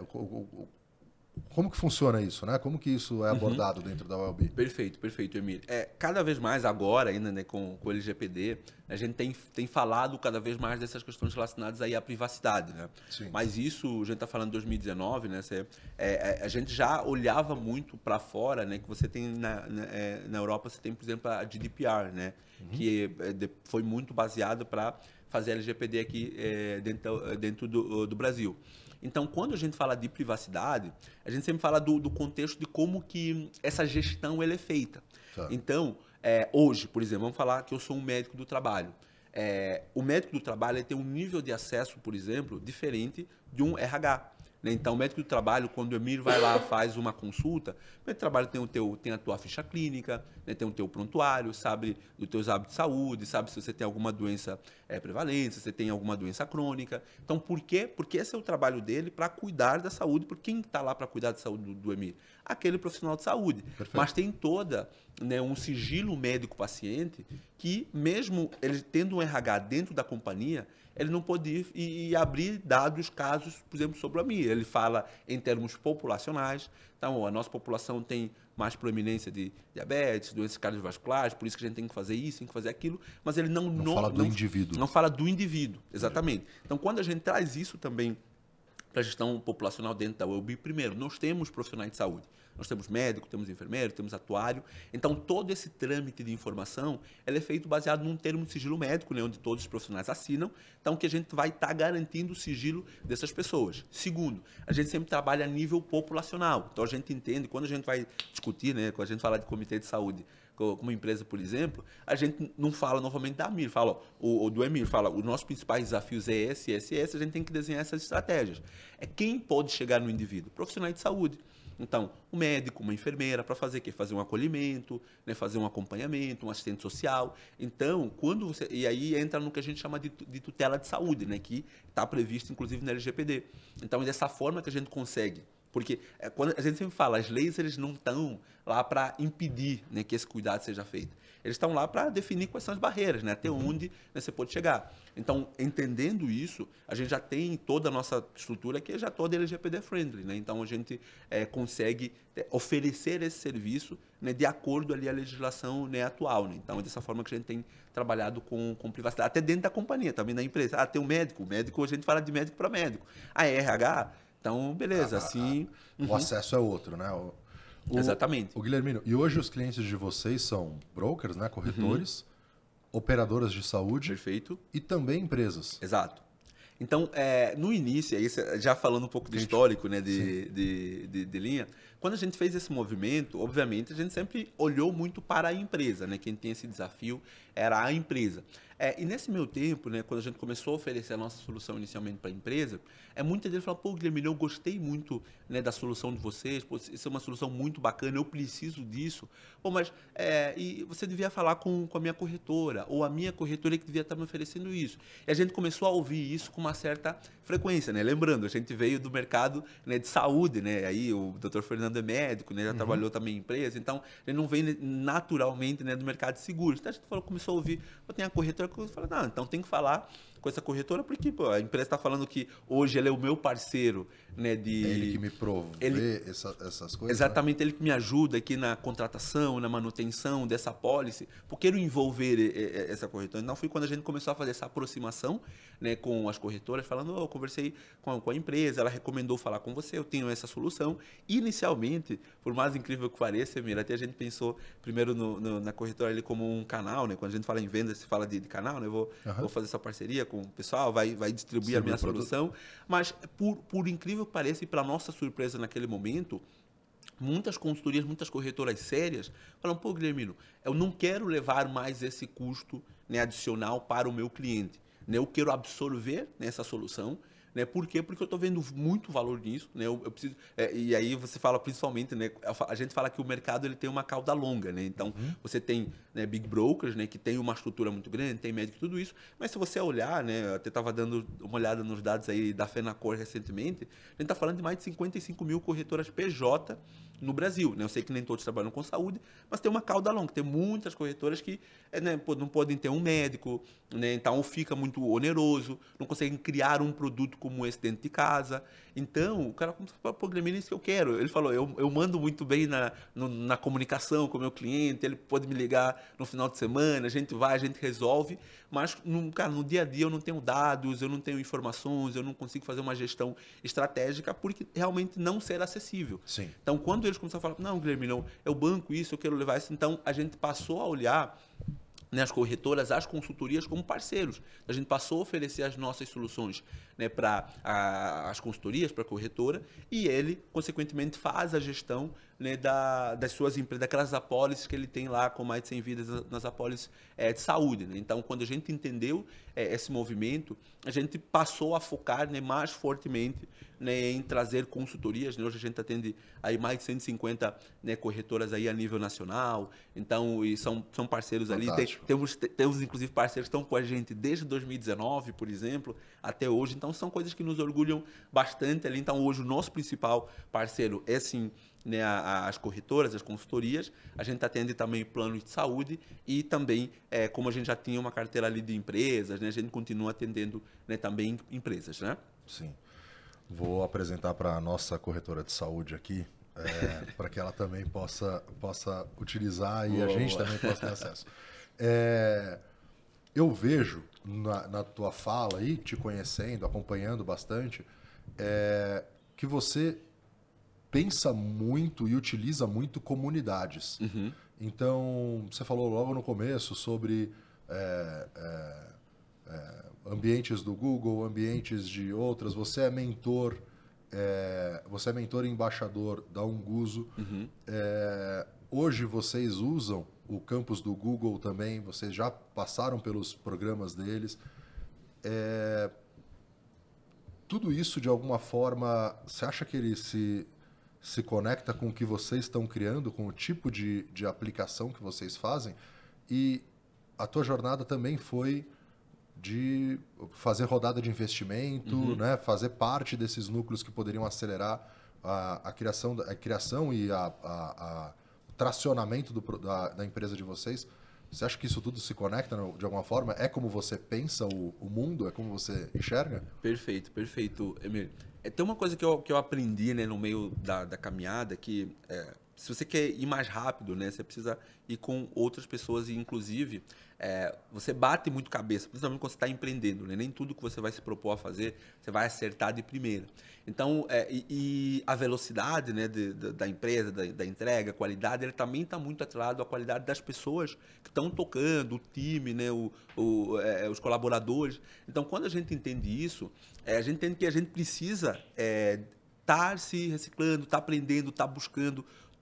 Como que funciona isso, né? Como que isso é abordado uhum. dentro da Wellbe? Perfeito, perfeito, Emir. É, cada vez mais agora, ainda né, com, com o L G P D, a gente tem, tem falado cada vez mais dessas questões relacionadas aí à privacidade, né? Sim. Mas isso, a gente está falando de dois mil e dezenove, né? Cê, é, é, a gente já olhava muito para fora, né? Que você tem na, na, é, na Europa, você tem, por exemplo, a G D P R, né? Uhum. Que é, de, foi muito baseado para fazer L G P D aqui é, dentro, dentro do, do Brasil. Então, quando a gente fala de privacidade, a gente sempre fala do, do contexto de como que essa gestão ela é feita. Tá. Então, é, hoje, por exemplo, vamos falar que eu sou um médico do trabalho. É, o médico do trabalho ele tem um nível de acesso, por exemplo, diferente de um R H. Né? Então, o médico do trabalho, quando o Emir vai lá faz uma consulta, o médico do trabalho tem, o teu, tem a tua ficha clínica, né? Tem o teu prontuário, sabe dos teus hábitos de saúde, sabe se você tem alguma doença é, prevalente, se você tem alguma doença crônica. Então, por quê? Porque esse é o trabalho dele para cuidar da saúde. Por quem está lá para cuidar da saúde do, do Emir? Aquele profissional de saúde. Perfeito. Mas tem toda né, um sigilo médico-paciente que, mesmo ele tendo um R H dentro da companhia, ele não pode ir e, e abrir dados, casos, por exemplo, sobre a minha. Ele fala em termos populacionais. Então, a nossa população tem mais proeminência de diabetes, doenças cardiovasculares, por isso que a gente tem que fazer isso, tem que fazer aquilo, mas ele não... Não, não fala do não, indivíduo. Não fala do indivíduo, exatamente. Então, quando a gente traz isso também para a gestão populacional dentro da Wellbe, primeiro, nós temos profissionais de saúde. Nós temos médico, temos enfermeiro, temos atuário. Então, todo esse trâmite de informação ele é feito baseado num termo de sigilo médico, né, onde todos os profissionais assinam. Então, que a gente vai estar tá garantindo o sigilo dessas pessoas. Segundo, a gente sempre trabalha a nível populacional. Então, a gente entende, quando a gente vai discutir, né, quando a gente fala de comitê de saúde, como empresa, por exemplo, a gente não fala novamente da Amir, fala, ó, o, o do Emir fala, os nossos principais desafios é esse, esse, esse, a gente tem que desenhar essas estratégias. É quem pode chegar no indivíduo? Profissionais de saúde. Então, um médico, uma enfermeira, para fazer o quê? Fazer um acolhimento, né? Fazer um acompanhamento, um assistente social. Então, quando você... E aí entra no que a gente chama de, de tutela de saúde, né? Que está previsto, inclusive, na L G P D. Então, é dessa forma que a gente consegue. Porque é, quando a gente sempre fala, as leis eles não estão lá para impedir né, que esse cuidado seja feito. Eles estão lá para definir quais são as barreiras, né, até onde né, você pode chegar. Então, entendendo isso, a gente já tem toda a nossa estrutura que é já toda L G P D friendly. Né? Então, a gente é, consegue oferecer esse serviço né, de acordo ali à legislação né, atual. Né? Então, é dessa forma que a gente tem trabalhado com, com privacidade, até dentro da companhia, também da empresa. Ah, tem um médico, o médico, a gente fala de médico para médico. A R H... Então, beleza, a, assim... A, uhum. O acesso é outro, né? O, o, Exatamente. O Guilhermino, e hoje os clientes de vocês são brokers, né? Corretores, uhum. operadoras de saúde. Perfeito. E também empresas. Exato. Então, é, no início, aí, já falando um pouco do histórico né, de, de, de, de linha, quando a gente fez esse movimento, obviamente, a gente sempre olhou muito para a empresa, né? Quem tem esse desafio era a empresa. É, e nesse meu tempo, né, quando a gente começou a oferecer a nossa solução inicialmente para a empresa, é, muita gente falou, pô, Guilherme, eu gostei muito, né, da solução de vocês, pô, isso é uma solução muito bacana, eu preciso disso. Pô, mas é, e você devia falar com, com a minha corretora, ou a minha corretora que devia estar me oferecendo isso. E a gente começou a ouvir isso com uma certa frequência, né? Lembrando, a gente veio do mercado, né, de saúde, né? Aí o doutor Fernando é médico, né, já uhum. trabalhou também em empresa, então a gente não vem naturalmente, né, do mercado de seguros. Então a gente falou, começou a ouvir, pô, tem a corretora que fala, não, então tem que falar com essa corretora, porque pô, a empresa está falando que hoje ele é o meu parceiro, né, de... É ele que me provê ele... essa, essas coisas? Exatamente, né? Ele que me ajuda aqui na contratação, na manutenção dessa pólice, por que não envolver essa corretora? Então foi quando a gente começou a fazer essa aproximação, né, com as corretoras, falando, oh, eu conversei com a, com a empresa, ela recomendou falar com você, eu tenho essa solução. Inicialmente, por mais incrível que pareça, Emir, até a gente pensou primeiro no, no, na corretora ali como um canal, né? Quando a gente fala em venda, se fala de, de canal, né? Eu vou, uhum. vou fazer essa parceria com o pessoal, vai, vai distribuir Sim, a minha solução. Mas, por, por incrível que pareça, e para nossa surpresa naquele momento, muitas consultorias, muitas corretoras sérias falam, pô, Guilhermino, eu não quero levar mais esse custo, né, adicional para o meu cliente. Né? Eu quero absorver, né, essa solução. Né? Por quê? Porque eu estou vendo muito valor nisso. Né? Eu, eu preciso, é, e aí você fala principalmente, né, a gente fala que o mercado ele tem uma cauda longa. Né? Então, uhum. você tem, né, big brokers, né, que tem uma estrutura muito grande, tem médico e tudo isso. Mas se você olhar, né, eu até estava dando uma olhada nos dados aí da Fenacor recentemente, a gente está falando de mais de cinquenta e cinco mil corretoras P J no Brasil. Né? Eu sei que nem todos trabalham com saúde, mas tem uma cauda longa. Tem muitas corretoras que, né, não podem ter um médico, né? Então fica muito oneroso, não conseguem criar um produto como esse dentro de casa. Então, o cara começou a falar, pô, Guilherme, é isso que eu quero. Ele falou, eu, eu mando muito bem na, no, na comunicação com o meu cliente, ele pode me ligar no final de semana, a gente vai, a gente resolve, mas, no, cara, no dia a dia eu não tenho dados, eu não tenho informações, eu não consigo fazer uma gestão estratégica porque realmente não será acessível. Sim. Então, quando eles começaram a falar, não, Guilherme, não, eu banco isso, eu quero levar isso, então a gente passou a olhar, né, as corretoras, as consultorias como parceiros. A gente passou a oferecer as nossas soluções, né, para as consultorias, para a corretora, e ele, consequentemente, faz a gestão, né, da, das suas empresas, daquelas apólices que ele tem lá com mais de cem vidas nas apólices é, de saúde. Né? Então, quando a gente entendeu é, esse movimento, a gente passou a focar, né, mais fortemente, né, em trazer consultorias. Né? Hoje a gente atende aí mais de cento e cinquenta, né, corretoras aí a nível nacional, então, e são, são parceiros Fantástico. ali. Tem, temos, temos, inclusive, parceiros que estão com a gente desde dois mil e dezenove, por exemplo, até hoje. Então, são coisas que nos orgulham bastante ali. Então, hoje o nosso principal parceiro é, sim, né, as corretoras, as consultorias. A gente atende também planos de saúde e também, é, como a gente já tinha uma carteira ali de empresas, né, a gente continua atendendo, né, também empresas. Né? Sim. Vou apresentar para a nossa corretora de saúde aqui, é, para que ela também possa, possa utilizar e Boa. a gente também possa ter acesso. É, eu vejo na, na tua fala aí, te conhecendo, acompanhando bastante, é, que você pensa muito e utiliza muito comunidades. Uhum. Então, você falou logo no começo sobre é, é, é, ambientes do Google, ambientes de outras. Você é mentor, é, você é mentor e embaixador da Unguzo. Uhum. É, hoje vocês usam o campus do Google também, vocês já passaram pelos programas deles. É, tudo isso, de alguma forma, você acha que ele se... se conecta com o que vocês estão criando, com o tipo de, de aplicação que vocês fazem? E a tua jornada também foi de fazer rodada de investimento, uhum. né? Fazer parte desses núcleos que poderiam acelerar a, a, criação, a criação e a, a, a tracionamento do, da, da empresa de vocês. Você acha que isso tudo se conecta de alguma forma? É como você pensa o, o mundo? É como você enxerga? Perfeito, perfeito, Emir. É, tem uma coisa que eu, que eu aprendi, né, no meio da, da caminhada, que é, se você quer ir mais rápido, né, você precisa ir com outras pessoas e, inclusive, é, você bate muito cabeça, principalmente quando você está empreendendo. Né? Nem tudo que você vai se propor a fazer, você vai acertar de primeira. Então, é, e, e a velocidade, né, de, de, da empresa, da, da entrega, a qualidade, ele também está muito atrelado à qualidade das pessoas que estão tocando, o time, né, o, o, é, os colaboradores. Então, quando a gente entende isso, é, a gente entende que a gente precisa estar é, se reciclando, estar tá aprendendo, estar tá buscando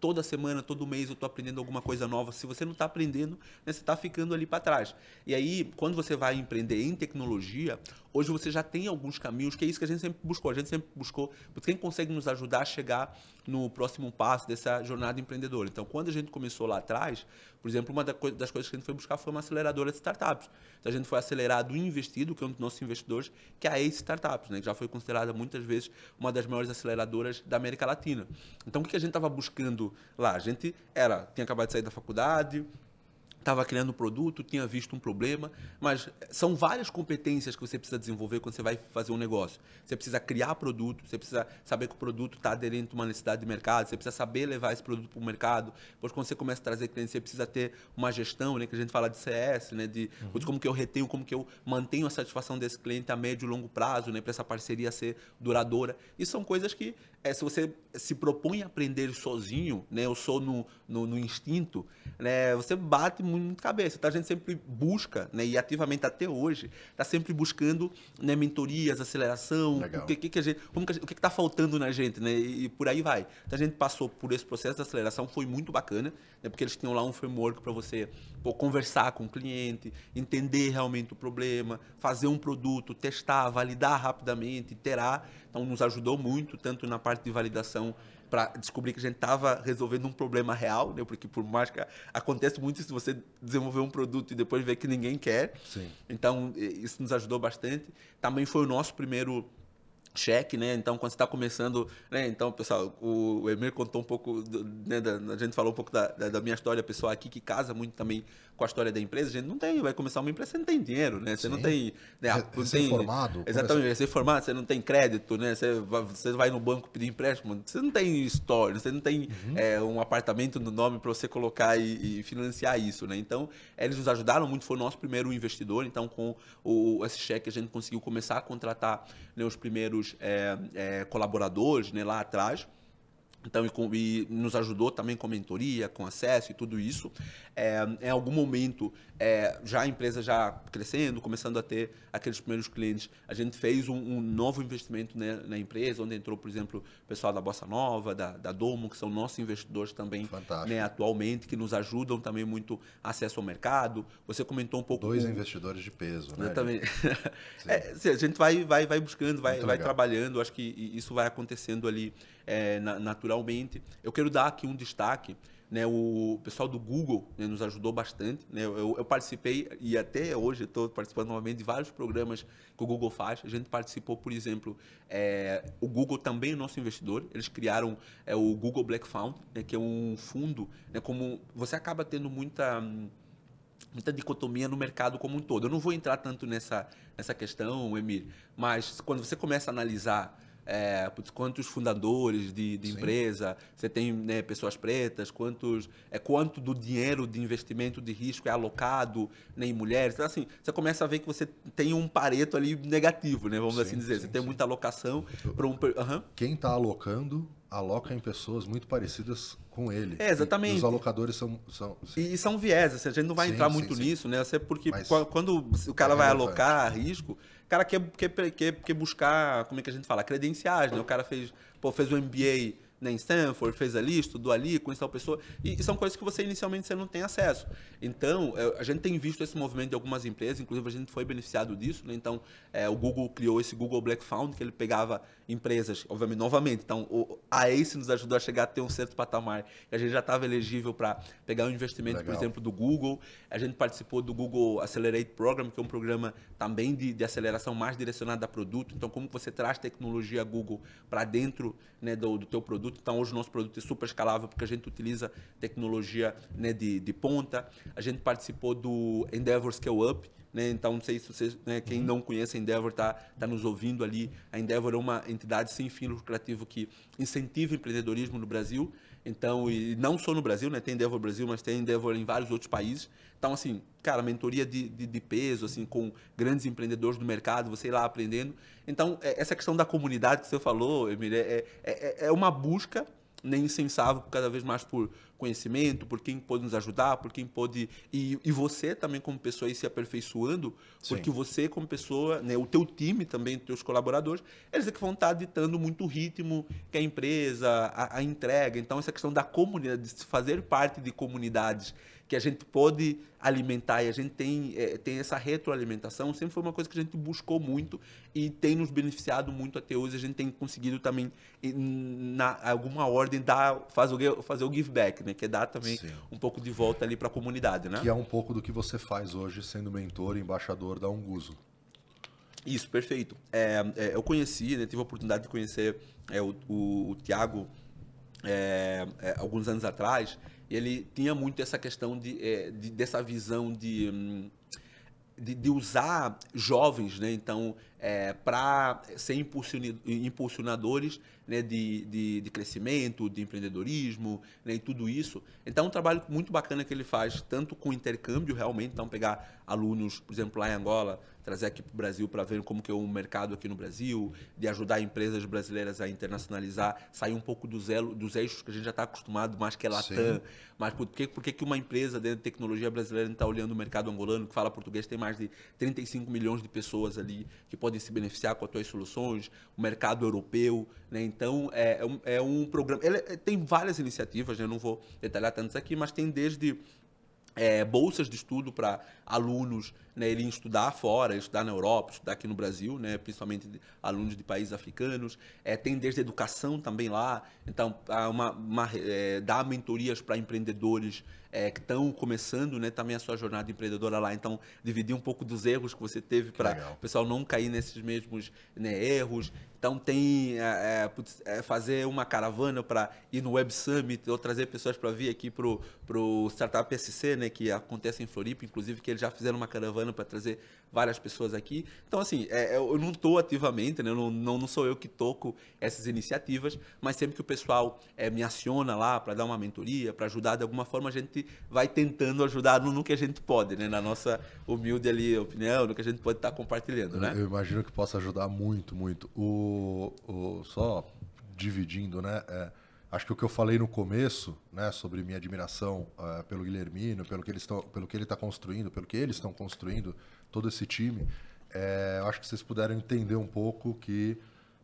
toda semana, todo mês eu estou aprendendo alguma coisa nova. Se você não está aprendendo, né, você está ficando ali para trás. E aí, quando você vai empreender em tecnologia, hoje você já tem alguns caminhos, que é isso que a gente sempre buscou. A gente sempre buscou, porque quem consegue nos ajudar a chegar no próximo passo dessa jornada empreendedora. Então, quando a gente começou lá atrás, por exemplo, uma das coisas que a gente foi buscar foi uma aceleradora de startups. Então, a gente foi acelerado e investido, que é um dos nossos investidores, que é a Ace Startups, né, que já foi considerada muitas vezes uma das maiores aceleradoras da América Latina. Então, o que a gente estava buscando lá? A gente era, tinha acabado de sair da faculdade, estava criando um produto, tinha visto um problema, mas são várias competências que você precisa desenvolver quando você vai fazer um negócio. Você precisa criar produto, você precisa saber que o produto está aderente a uma necessidade de mercado, você precisa saber levar esse produto para o mercado. Depois, quando você começa a trazer clientes, você precisa ter uma gestão, né, que a gente fala de C S, né, de uhum. como que eu retenho, como que eu mantenho a satisfação desse cliente a médio e longo prazo, né, para essa parceria ser duradoura. E são coisas que, é, se você se propõe a aprender sozinho, né, eu sou no, no, no instinto, né, você bate muito cabeça. Então, a gente sempre busca, né, e ativamente até hoje, está sempre buscando, né, mentorias, aceleração, o que, que, que a gente, como que a gente, o que está faltando na gente, né, e, e por aí vai. Então, a gente passou por esse processo de aceleração, foi muito bacana, né, porque eles tinham lá um framework para você pô, conversar com o cliente, entender realmente o problema, fazer um produto, testar, validar rapidamente, iterar. Então, nos ajudou muito, tanto na parte de validação, para descobrir que a gente estava resolvendo um problema real, né? Porque por mais que acontece muito isso, você desenvolver um produto e depois ver que ninguém quer. Sim. Então, isso nos ajudou bastante. Também foi o nosso primeiro cheque, né? Então, quando você está começando, né? Então, pessoal, o Emir contou um pouco, do, né? da, a gente falou um pouco da, da, da minha história pessoal aqui, que casa muito também com a história da empresa. A gente não tem, vai começar uma empresa, você não tem dinheiro, né? Você Sim. não tem... Né? Não tem formado. Exatamente, começa... recém-formado, você não tem crédito, né? Você vai, você vai no banco pedir empréstimo, você não tem história, você não tem uhum. é, um apartamento no nome para você colocar e, e financiar isso, né? Então, eles nos ajudaram muito, foi o nosso primeiro investidor. Então, com o, esse cheque, a gente conseguiu começar a contratar, né, os primeiros É, é, colaboradores, né, lá atrás. Então, e, com, e nos ajudou também com mentoria, com acesso e tudo isso. É, em algum momento, é, já a empresa já crescendo, começando a ter aqueles primeiros clientes, a gente fez um, um novo investimento, né, na empresa, onde entrou, por exemplo, o pessoal da Bossa Nova, da, da Domo, que são nossos investidores também, né, atualmente, que nos ajudam também muito acesso ao mercado. Você comentou um pouco... Dois com... investidores de peso, né? Exatamente. É, sim, a gente vai, vai, vai buscando, vai, vai trabalhando, acho que isso vai acontecendo ali é, naturalmente. Eu quero dar aqui um destaque, né, o pessoal do Google, né, nos ajudou bastante, né, eu, eu participei e até hoje estou participando novamente de vários programas que o Google faz. A gente participou, por exemplo, é, o Google também é nosso investidor. Eles criaram é, o Google Black Fund, né, que é um fundo, né, como você acaba tendo muita... muita dicotomia no mercado como um todo. Eu não vou entrar tanto nessa, nessa questão, Emir, mas quando você começa a analisar é, quantos fundadores de, de empresa, você tem, né, pessoas pretas, quantos, é, quanto do dinheiro de investimento de risco é alocado, né, em mulheres. Então, assim, você começa a ver que você tem um pareto ali negativo, né, vamos sim, assim dizer. Sim, você sim. tem muita alocação para um... Uhum. Quem está alocando... aloca em pessoas muito parecidas com ele. É, exatamente. E os alocadores são... são e são vieses, a gente não vai sim, entrar sim, muito sim. nisso, né? Até porque Mas quando o cara é vai alocar risco, o cara quer, quer, quer, quer buscar, como é que a gente fala? Credenciais, né? O cara fez, pô, fez um M B A em Stanford, fez ali, estudou ali, conhece tal pessoa, e, e são coisas que você inicialmente você não tem acesso. Então, é, a gente tem visto esse movimento de algumas empresas, inclusive a gente foi beneficiado disso, né? Então, é, o Google criou esse Google Black Fund, que ele pegava empresas, obviamente, novamente, então o, a Ace nos ajudou a chegar a ter um certo patamar, e a gente já estava elegível para pegar um investimento, Legal. por exemplo, do Google. A gente participou do Google Accelerate Program, que é um programa também de, de aceleração mais direcionado a produto. Então, como você traz tecnologia Google para dentro, né, do, do teu produto. Então, hoje o nosso produto é super escalável porque a gente utiliza tecnologia, né, de, de ponta. A gente participou do Endeavor Scale Up, né? Então, não sei se vocês, né, quem uhum. não conhece a Endeavor está tá nos ouvindo ali. A Endeavor é uma entidade sem fim lucrativo que incentiva o empreendedorismo no Brasil. Então, e não só no Brasil, né? Tem Endeavor Brasil, mas tem Endeavor em vários outros países. Então, assim, cara, mentoria de, de, de peso, assim, com grandes empreendedores do mercado, você ir lá aprendendo. Então, essa questão da comunidade que você falou, Emília, é, é, é uma busca, né, insensável cada vez mais por conhecimento, por quem pode nos ajudar, por quem pode... E, e você também como pessoa ir se aperfeiçoando, Sim. porque você como pessoa, né, o teu time também, os teus colaboradores, eles é que vão estar ditando muito o ritmo que a empresa, a, a entrega. Então, essa questão da comunidade, de fazer parte de comunidades que a gente pode alimentar e a gente tem, é, tem essa retroalimentação, sempre foi uma coisa que a gente buscou muito e tem nos beneficiado muito até hoje. A gente tem conseguido também, na alguma ordem, dar, fazer, o, fazer o give back, né? Que é dar também Sim. um pouco de volta ali para a comunidade. Né? Que é um pouco do que você faz hoje sendo mentor e embaixador da Unguzo. Isso, perfeito. É, é, eu conheci, né, tive a oportunidade de conhecer é, o, o, o Thiago é, é, alguns anos atrás. Ele tinha muito essa questão de, de dessa visão de, de, de usar jovens, né? Então, é, para ser impulsionadores, né? de, de, de crescimento, de empreendedorismo, né? E tudo isso. Então, é um trabalho muito bacana que ele faz, tanto com intercâmbio realmente, então pegar alunos, por exemplo, lá em Angola, trazer aqui para o Brasil para ver como que é o mercado aqui no Brasil, de ajudar empresas brasileiras a internacionalizar, sair um pouco dos, elo, dos eixos que a gente já está acostumado, mais que é Latam. Sim. Mas por que, por que uma empresa dentro de tecnologia brasileira está olhando o mercado angolano, que fala português, tem mais de trinta e cinco milhões de pessoas ali que podem se beneficiar com as tuas soluções, o mercado europeu, né? Então, é, é, um, é um programa... Ele tem várias iniciativas, né? Eu não vou detalhar tantas aqui, mas tem desde... É, bolsas de estudo para alunos, né, irem estudar fora, estudar na Europa, estudar aqui no Brasil, né, principalmente alunos de países africanos. É, tem desde educação também lá, então uma, uma, é, dá mentorias para empreendedores é, que estão começando, né, também a sua jornada empreendedora lá. Então, dividir um pouco dos erros que você teve para o pessoal não cair nesses mesmos, né, erros. Então, tem é, é, fazer uma caravana para ir no Web Summit ou trazer pessoas para vir aqui para o Startup S C, né, que acontece em Floripa, inclusive, que eles já fizeram uma caravana para trazer várias pessoas aqui. Então, assim, é, eu não estou ativamente, né, eu não, não, não sou eu que toco essas iniciativas, mas sempre que o pessoal é, me aciona lá para dar uma mentoria, para ajudar de alguma forma, a gente vai tentando ajudar no, no que a gente pode, né, na nossa humilde ali opinião, no que a gente pode estar compartilhando. Né? Eu, eu imagino que possa ajudar muito, muito. O, o, só dividindo, né? É, acho que o que eu falei no começo, né, sobre minha admiração uh, pelo Guilhermino, pelo que eles estão, pelo que ele está construindo, pelo que eles estão construindo, todo esse time, é, eu acho que vocês puderam entender um pouco que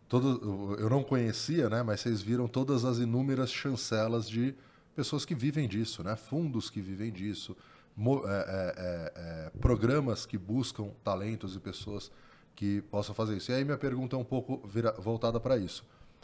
todo, eu não conhecia, né, mas vocês viram todas as inúmeras chancelas de pessoas que vivem disso, né, fundos que vivem disso, mo, é, é, é, programas que buscam talentos e pessoas que possam fazer isso. E aí minha pergunta é um pouco vira, voltada para isso.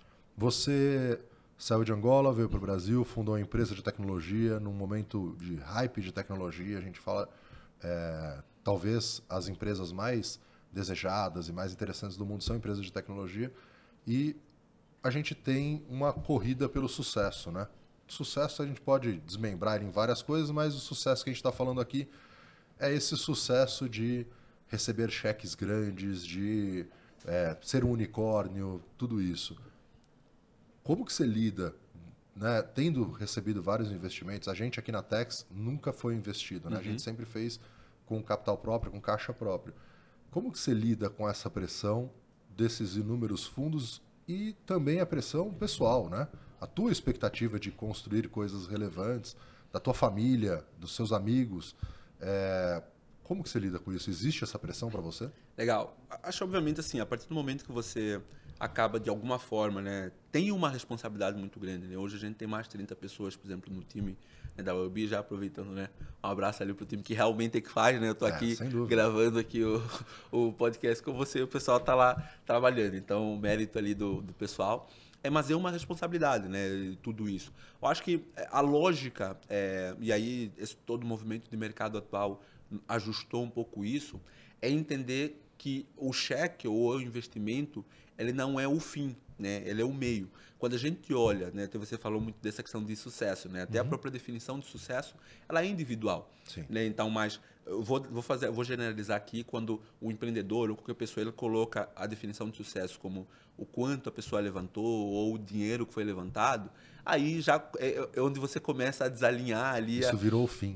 Você saiu de Angola, veio para o Brasil, fundou uma empresa de tecnologia, num momento de hype de tecnologia, a gente fala, é, talvez as empresas mais desejadas e mais interessantes do mundo são empresas de tecnologia, e a gente tem uma corrida pelo sucesso, né? Sucesso a gente pode desmembrar em várias coisas, mas o sucesso que a gente está falando aqui é esse sucesso de receber cheques grandes, de é, ser um unicórnio, tudo isso. Como que você lida, né, tendo recebido vários investimentos? A gente aqui na Tex nunca foi investido, né? Uhum. A gente sempre fez com capital próprio, com caixa próprio. Como que você lida com essa pressão desses inúmeros fundos e também a pressão pessoal, né? A tua expectativa de construir coisas relevantes, da tua família, dos seus amigos. É... Como que você lida com isso? Existe essa pressão para você? Legal. Acho, obviamente, assim, a partir do momento que você acaba, de alguma forma, né, tem uma responsabilidade muito grande. Né? Hoje a gente tem mais de trinta pessoas, por exemplo, no time, né, da U B, já aproveitando, né, um abraço ali pro time que realmente é que faz, né? Eu tô aqui é, gravando aqui o, o podcast com você, o pessoal tá lá trabalhando. Então, o mérito ali do, do pessoal. É, mas é uma responsabilidade, né? Tudo isso. Eu acho que a lógica, é, e aí esse, todo o movimento de mercado atual ajustou um pouco isso, é entender que o cheque ou o investimento, ele não é o fim, né? Ele é o meio. Quando a gente olha, né? Até você falou muito dessa questão de sucesso, né? Até uhum. a própria definição de sucesso, ela é individual. Sim. Né? Então, mas eu vou, vou fazer, eu vou generalizar aqui quando o empreendedor ou qualquer pessoa ele coloca a definição de sucesso como o quanto a pessoa levantou ou o dinheiro que foi levantado, aí já é, é onde você começa a desalinhar ali. Isso a... virou o fim, né?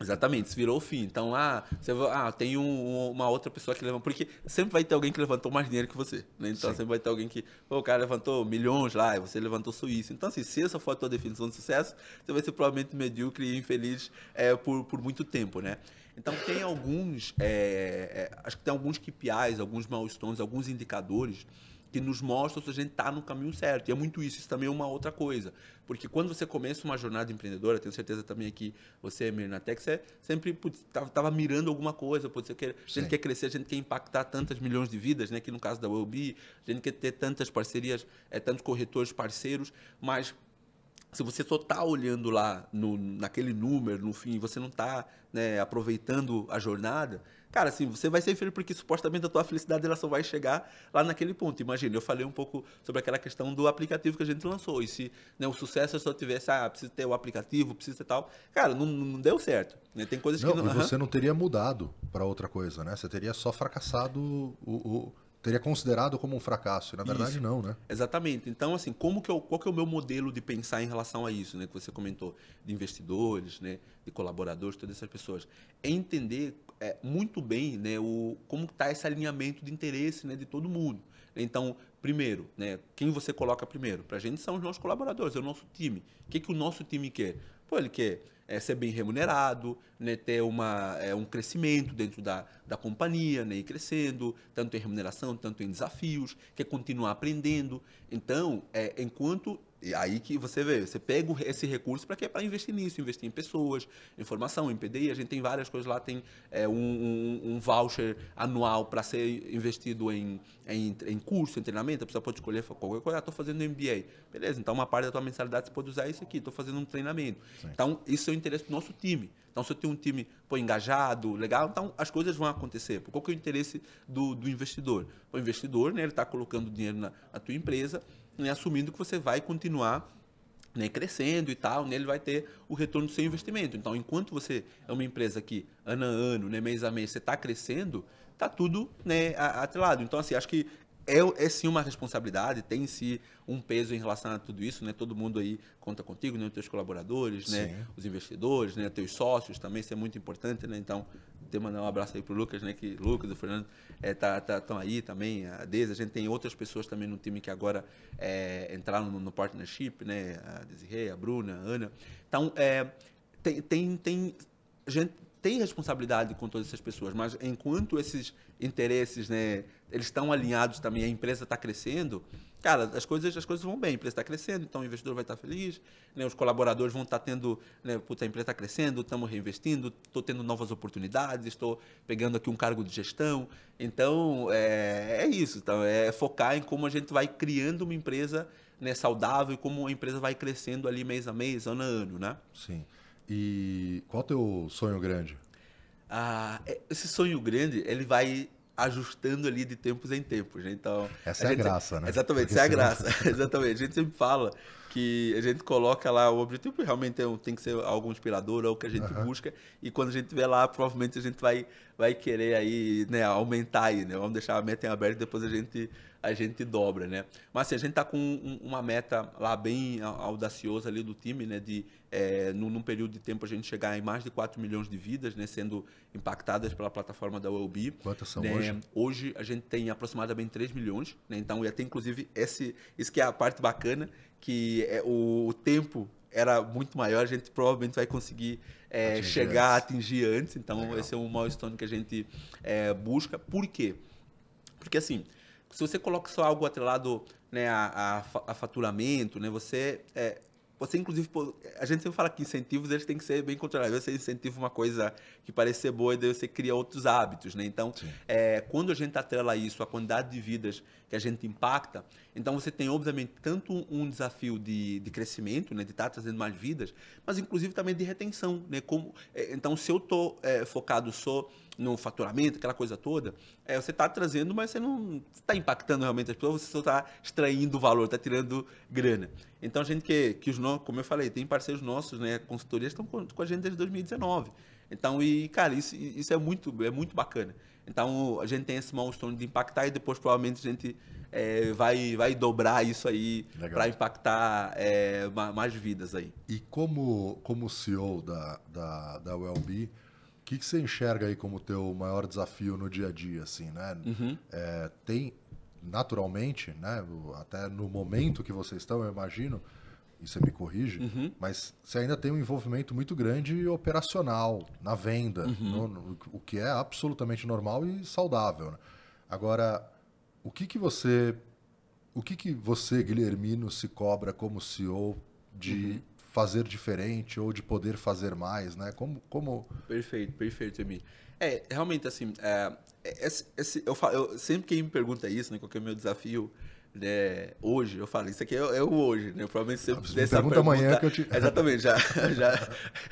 Exatamente, isso virou o fim. Então, ah, você, vai- ah tem um- uma outra pessoa que levantou. Porque sempre vai ter alguém que levantou mais dinheiro que você. Né? Então, Sim. sempre vai ter alguém que. Pô, o cara levantou milhões lá e você levantou só isso. Então, assim, se essa for a tua definição de sucesso, você vai ser provavelmente medíocre e infeliz é, por, por muito tempo, né? Então, tem alguns. é, é, acho que tem alguns K P Is, alguns milestones, alguns indicadores que nos mostram se a gente está no caminho certo. E é muito isso. Isso também é uma outra coisa. Porque quando você começa uma jornada empreendedora, tenho certeza também aqui, você, Mirnatec, você sempre estava mirando alguma coisa. Putz, você quer, a gente Sim. quer crescer, a gente quer impactar tantas milhões de vidas, né? Que no caso da U E B, a gente quer ter tantas parcerias, é, tantos corretores parceiros, mas se você só está olhando lá no, naquele número, no fim, você não está, né, aproveitando a jornada, cara, assim, você vai ser feliz porque supostamente a tua felicidade ela só vai chegar lá naquele ponto. Imagina, eu falei um pouco sobre aquela questão do aplicativo que a gente lançou. E se, né, o sucesso só tivesse, ah, precisa ter o aplicativo, precisa ter tal. Cara, não, não deu certo. Né? Tem coisas que Não, não. e Aham. você não teria mudado para outra coisa, né? Você teria só fracassado, o, o- teria considerado como um fracasso. E na verdade, Isso. não, né? Exatamente. Então, assim, como que eu, qual que é o meu modelo de pensar em relação a isso, né? Que você comentou de investidores, né? De colaboradores, todas essas pessoas. É entender é, muito bem, né? O, como está esse alinhamento de interesse, né? De todo mundo. Então, primeiro, né? Quem você coloca primeiro? Para a gente são os nossos colaboradores, é o nosso time. O que, que o nosso time quer? Pô, ele quer é, ser bem remunerado, né, ter uma, é, um crescimento dentro da, da companhia, né, ir crescendo, tanto em remuneração, tanto em desafios, quer continuar aprendendo. Então, é, enquanto. E aí que você vê, você pega o- esse recurso para quê? Para investir nisso, investir em pessoas, em formação, em P D I, a gente tem várias coisas lá, tem é, um, um, um voucher anual para ser investido em, em, em curso, em treinamento, a pessoa pode escolher qualquer coisa, estou fazendo M B A. Beleza, então uma parte da tua mensalidade você pode usar isso aqui, estou fazendo um treinamento. Sim. Então, isso é o interesse do nosso time. Então, se eu tenho um time pô, engajado, legal, então as coisas vão acontecer. Qual que é o interesse do, do investidor? O investidor, né, ele está colocando dinheiro na, na tua empresa, né, assumindo que você vai continuar, né, crescendo e tal, né, ele vai ter o retorno do seu investimento. Então, enquanto você é uma empresa que, ano a ano, né, mês a mês, você está crescendo, está tudo, né, a- atrelado. Então, assim, acho que é, é sim uma responsabilidade, tem sim um peso em relação a tudo isso, né? Todo mundo aí conta contigo, né? Os teus colaboradores, né? Sim. Os investidores, né? Teus sócios também, isso é muito importante, né? Então, ter mandar um abraço aí pro Lucas, né? Que Lucas e o Fernando é, tá, tá, estão aí também, a Deise, a gente tem outras pessoas também no time que agora é, entraram no, no partnership, né? A Desirê, a Bruna, a Ana. Então, é, tem, tem, tem a gente tem responsabilidade com todas essas pessoas, mas enquanto esses interesses, né, eles estão alinhados também, a empresa está crescendo, cara, as coisas, as coisas vão bem, a empresa está crescendo, então o investidor vai estar feliz, né, os colaboradores vão estar tendo, né, puta, a empresa está crescendo, estamos reinvestindo, estou tendo novas oportunidades, estou pegando aqui um cargo de gestão, então é, é isso, então, é focar em como a gente vai criando uma empresa, né, saudável e como a empresa vai crescendo ali mês a mês, ano a ano, né? Sim. E qual é o teu sonho grande? Ah, é- esse sonho grande, ele vai ajustando ali de tempos em tempos, né? Então, Essa é a gente, graça, né? exatamente, Porque essa é a senão- graça. Exatamente. A gente sempre fala que a gente coloca lá o objetivo realmente é um- tem que ser algo inspirador, é o que a gente Aham. busca, e quando a gente vê lá, provavelmente a gente vai, vai querer aí, né, aumentar aí, né? Vamos deixar a meta em aberto e depois a gente a gente dobra, né? Mas assim, a gente tá com um- uma meta lá bem a- audaciosa ali do time, né? De é, num, num período de tempo a gente chegar em mais de quatro milhões de vidas, né? Sendo impactadas pela plataforma da U E B. Quantas são né? hoje? Hoje a gente tem aproximadamente três milhões, né? Então ia ter inclusive esse, isso que é a parte bacana, que é o, o tempo era muito maior, a gente provavelmente vai conseguir é, Atingir chegar a antes. atingir antes. Então Legal. esse é um milestone que a gente é, busca. Por quê? Porque assim, se você coloca só algo atrelado, né, a, a fa- a faturamento, né, você, é, você inclusive, pô, a gente sempre fala que incentivos eles têm que ser bem controlados. Você incentiva uma coisa que parece ser boa e daí você cria outros hábitos, né? Então, Sim. é, quando a gente atrela isso à quantidade de vidas que a gente impacta, então você tem, obviamente, tanto um um desafio de, de crescimento, né, de estar trazendo mais vidas, mas inclusive também de retenção, né? Como, é, então, se eu estou focado só no faturamento, aquela coisa toda, é, você está trazendo, mas você não está impactando realmente as pessoas, você só está extraindo valor, está tirando grana. Então, a gente que, que os nossos, como eu falei, tem parceiros nossos, né, consultorias estão com, com a gente desde dois mil e dezenove. Então, e, cara, isso, isso é muito, é muito bacana. Então, a gente tem esse milestone de impactar e depois, provavelmente, a gente é, vai, vai dobrar isso aí para impactar é, mais vidas aí. E como, como C E O da, da, da Wellbe, o que, que você enxerga aí como teu maior desafio no dia a dia, assim, né? Uhum. É, tem, naturalmente, né? Até no momento que vocês estão, eu imagino, e você me corrige, uhum. mas você ainda tem um envolvimento muito grande operacional, na venda, uhum. no, no, o que é absolutamente normal e saudável, né? Agora, o que que você, o que que você, Guilhermino, se cobra como C E O de uhum. fazer diferente ou de poder fazer mais, né? Como, como... Perfeito, perfeito, Emi. É, realmente, assim, é, esse, esse, eu, falo, eu sempre quem me pergunta isso, né, qual que é o meu desafio, né, hoje, eu falo, isso aqui é, é o hoje, né? Eu provavelmente sempre fizer essa pergunta, pergunta amanhã que eu te... Exatamente, já, já,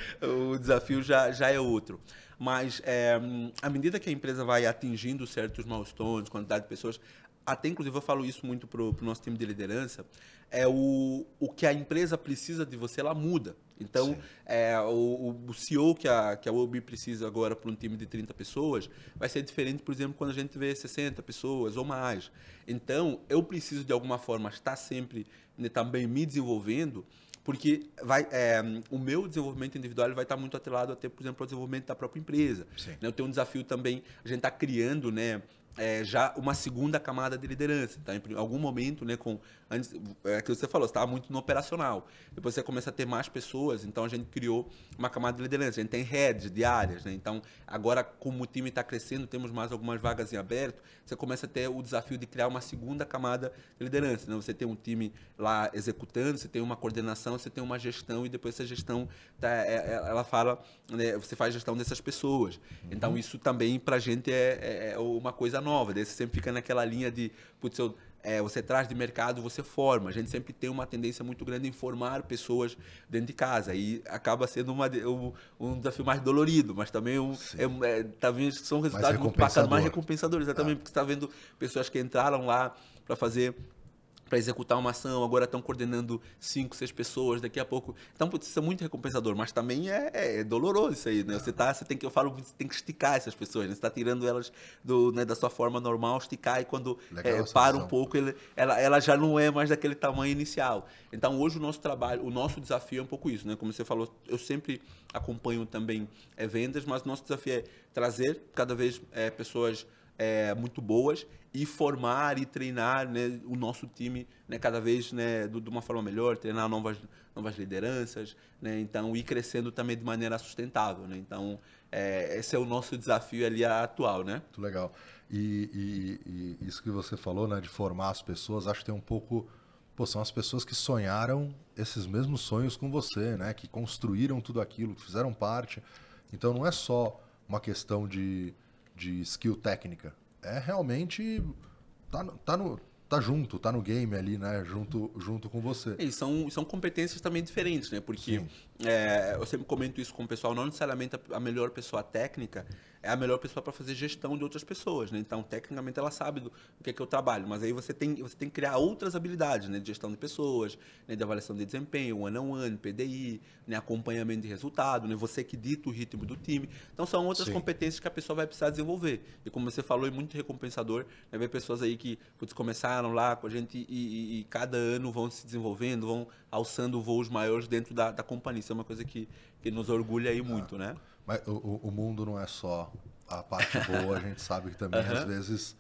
o desafio já, já é outro. Mas, é, à medida que a empresa vai atingindo certos milestones, quantidade de pessoas, até inclusive eu falo isso muito para o nosso time de liderança, é o, o que a empresa precisa de você, ela muda. Então, é, o, o C E O que a, que a Wellbe precisa agora para um time de trinta pessoas vai ser diferente, por exemplo, quando a gente vê sessenta pessoas ou mais. Então, eu preciso, de alguma forma, estar sempre, né, também me desenvolvendo, porque vai, é, o meu desenvolvimento individual ele vai estar muito atrelado até, por exemplo, ao desenvolvimento da própria empresa. Né? Eu tenho um desafio também, a gente está criando, né, é, já uma segunda camada de liderança. Tá? Em algum momento, né, com, antes, é aquilo que você falou, você estava muito no operacional. Depois você começa a ter mais pessoas, então a gente criou uma camada de liderança. A gente tem heads de áreas. Né? Então, agora, como o time está crescendo, temos mais algumas vagas em aberto, você começa a ter o desafio de criar uma segunda camada de liderança. Né? Você tem um time lá executando, você tem uma coordenação, você tem uma gestão e depois essa gestão, tá, ela fala, né, você faz gestão dessas pessoas. Uhum. Então, isso também, para a gente, é, é uma coisa nova. Daí você sempre fica naquela linha de, putz, eu, é, você traz de mercado, você forma. A gente sempre tem uma tendência muito grande em formar pessoas dentro de casa. E acaba sendo uma, um, um desafio mais dolorido, mas também um, é, é, talvez são resultados muito bacanas, mais recompensadores. Exatamente, ah. porque você está vendo pessoas que entraram lá para fazer... para executar uma ação, agora estão coordenando cinco, seis pessoas, daqui a pouco... Então, putz, isso é muito recompensador, mas também é, é doloroso isso aí, né? Você tá, você tem que, eu falo, você tem que esticar essas pessoas, né? Você está tirando elas do, né, da sua forma normal, esticar, e quando é, para um pouco, ele, ela, ela já não é mais daquele tamanho inicial. Então, hoje o nosso trabalho, o nosso desafio é um pouco isso, né? Como você falou, eu sempre acompanho também é, vendas, mas o nosso desafio é trazer cada vez é, pessoas... É, muito boas e formar e treinar, né, o nosso time, né, cada vez, né, de uma forma melhor, treinar novas, novas lideranças, né, então ir crescendo também de maneira sustentável. Né, então, é, esse é o nosso desafio ali atual. Né? Muito legal. E, e, e isso que você falou, né, de formar as pessoas, acho que tem um pouco... Pô, são as pessoas que sonharam esses mesmos sonhos com você, né, que construíram tudo aquilo, que fizeram parte. Então, não é só uma questão de... de skill técnica. É realmente tá, tá, no, tá junto, tá no game ali, né? Junto, junto com você. E são, são competências também diferentes, né? Porque é, eu sempre comento isso com o pessoal, não necessariamente a, a melhor pessoa técnica é a melhor pessoa para fazer gestão de outras pessoas, né? Então, tecnicamente, ela sabe do, do que é que eu trabalho, mas aí você tem, você tem que criar outras habilidades, né? De gestão de pessoas, né? De avaliação de desempenho, one-on-one, P D I, né? Acompanhamento de resultado, né? Você que dita o ritmo do time. Então, são outras Sim. competências que a pessoa vai precisar desenvolver. E como você falou, é muito recompensador, né? Ver pessoas aí que putz, começaram lá com a gente e, e, e cada ano vão se desenvolvendo, vão alçando voos maiores dentro da, da companhia. Isso é uma coisa que, que nos orgulha aí muito, ah. né? Mas o, o mundo não é só a parte boa, a gente sabe que também, uhum. às vezes,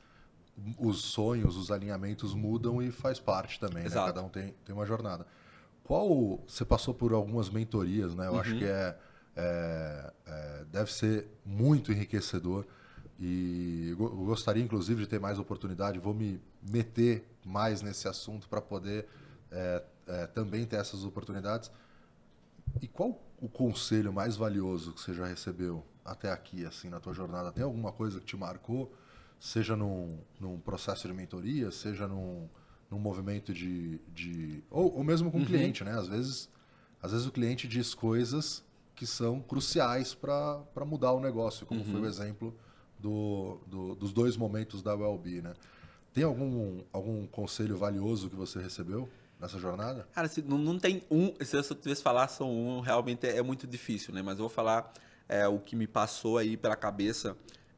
os sonhos, os alinhamentos mudam e faz parte também, né? Cada um tem, tem uma jornada. Qual... Você passou por algumas mentorias, né? Eu uhum. acho que é, é, é, deve ser muito enriquecedor e eu gostaria, inclusive, de ter mais oportunidade. Vou me meter mais nesse assunto para poder é, é, também ter essas oportunidades. E qual o conselho mais valioso que você já recebeu até aqui, assim, na tua jornada? Tem alguma coisa que te marcou, seja num, num processo de mentoria, seja num, num movimento de... de ou, ou mesmo com o uhum. cliente, né? Às vezes, às vezes o cliente diz coisas que são cruciais para mudar o negócio, como uhum. foi o exemplo do, do, dos dois momentos da Wellbe, né? Tem algum, algum conselho valioso que você recebeu nessa jornada? Cara, se, não, não tem um... Se eu tivesse falar só um, realmente é, é muito difícil, né? Mas eu vou falar é, o que me passou aí pela cabeça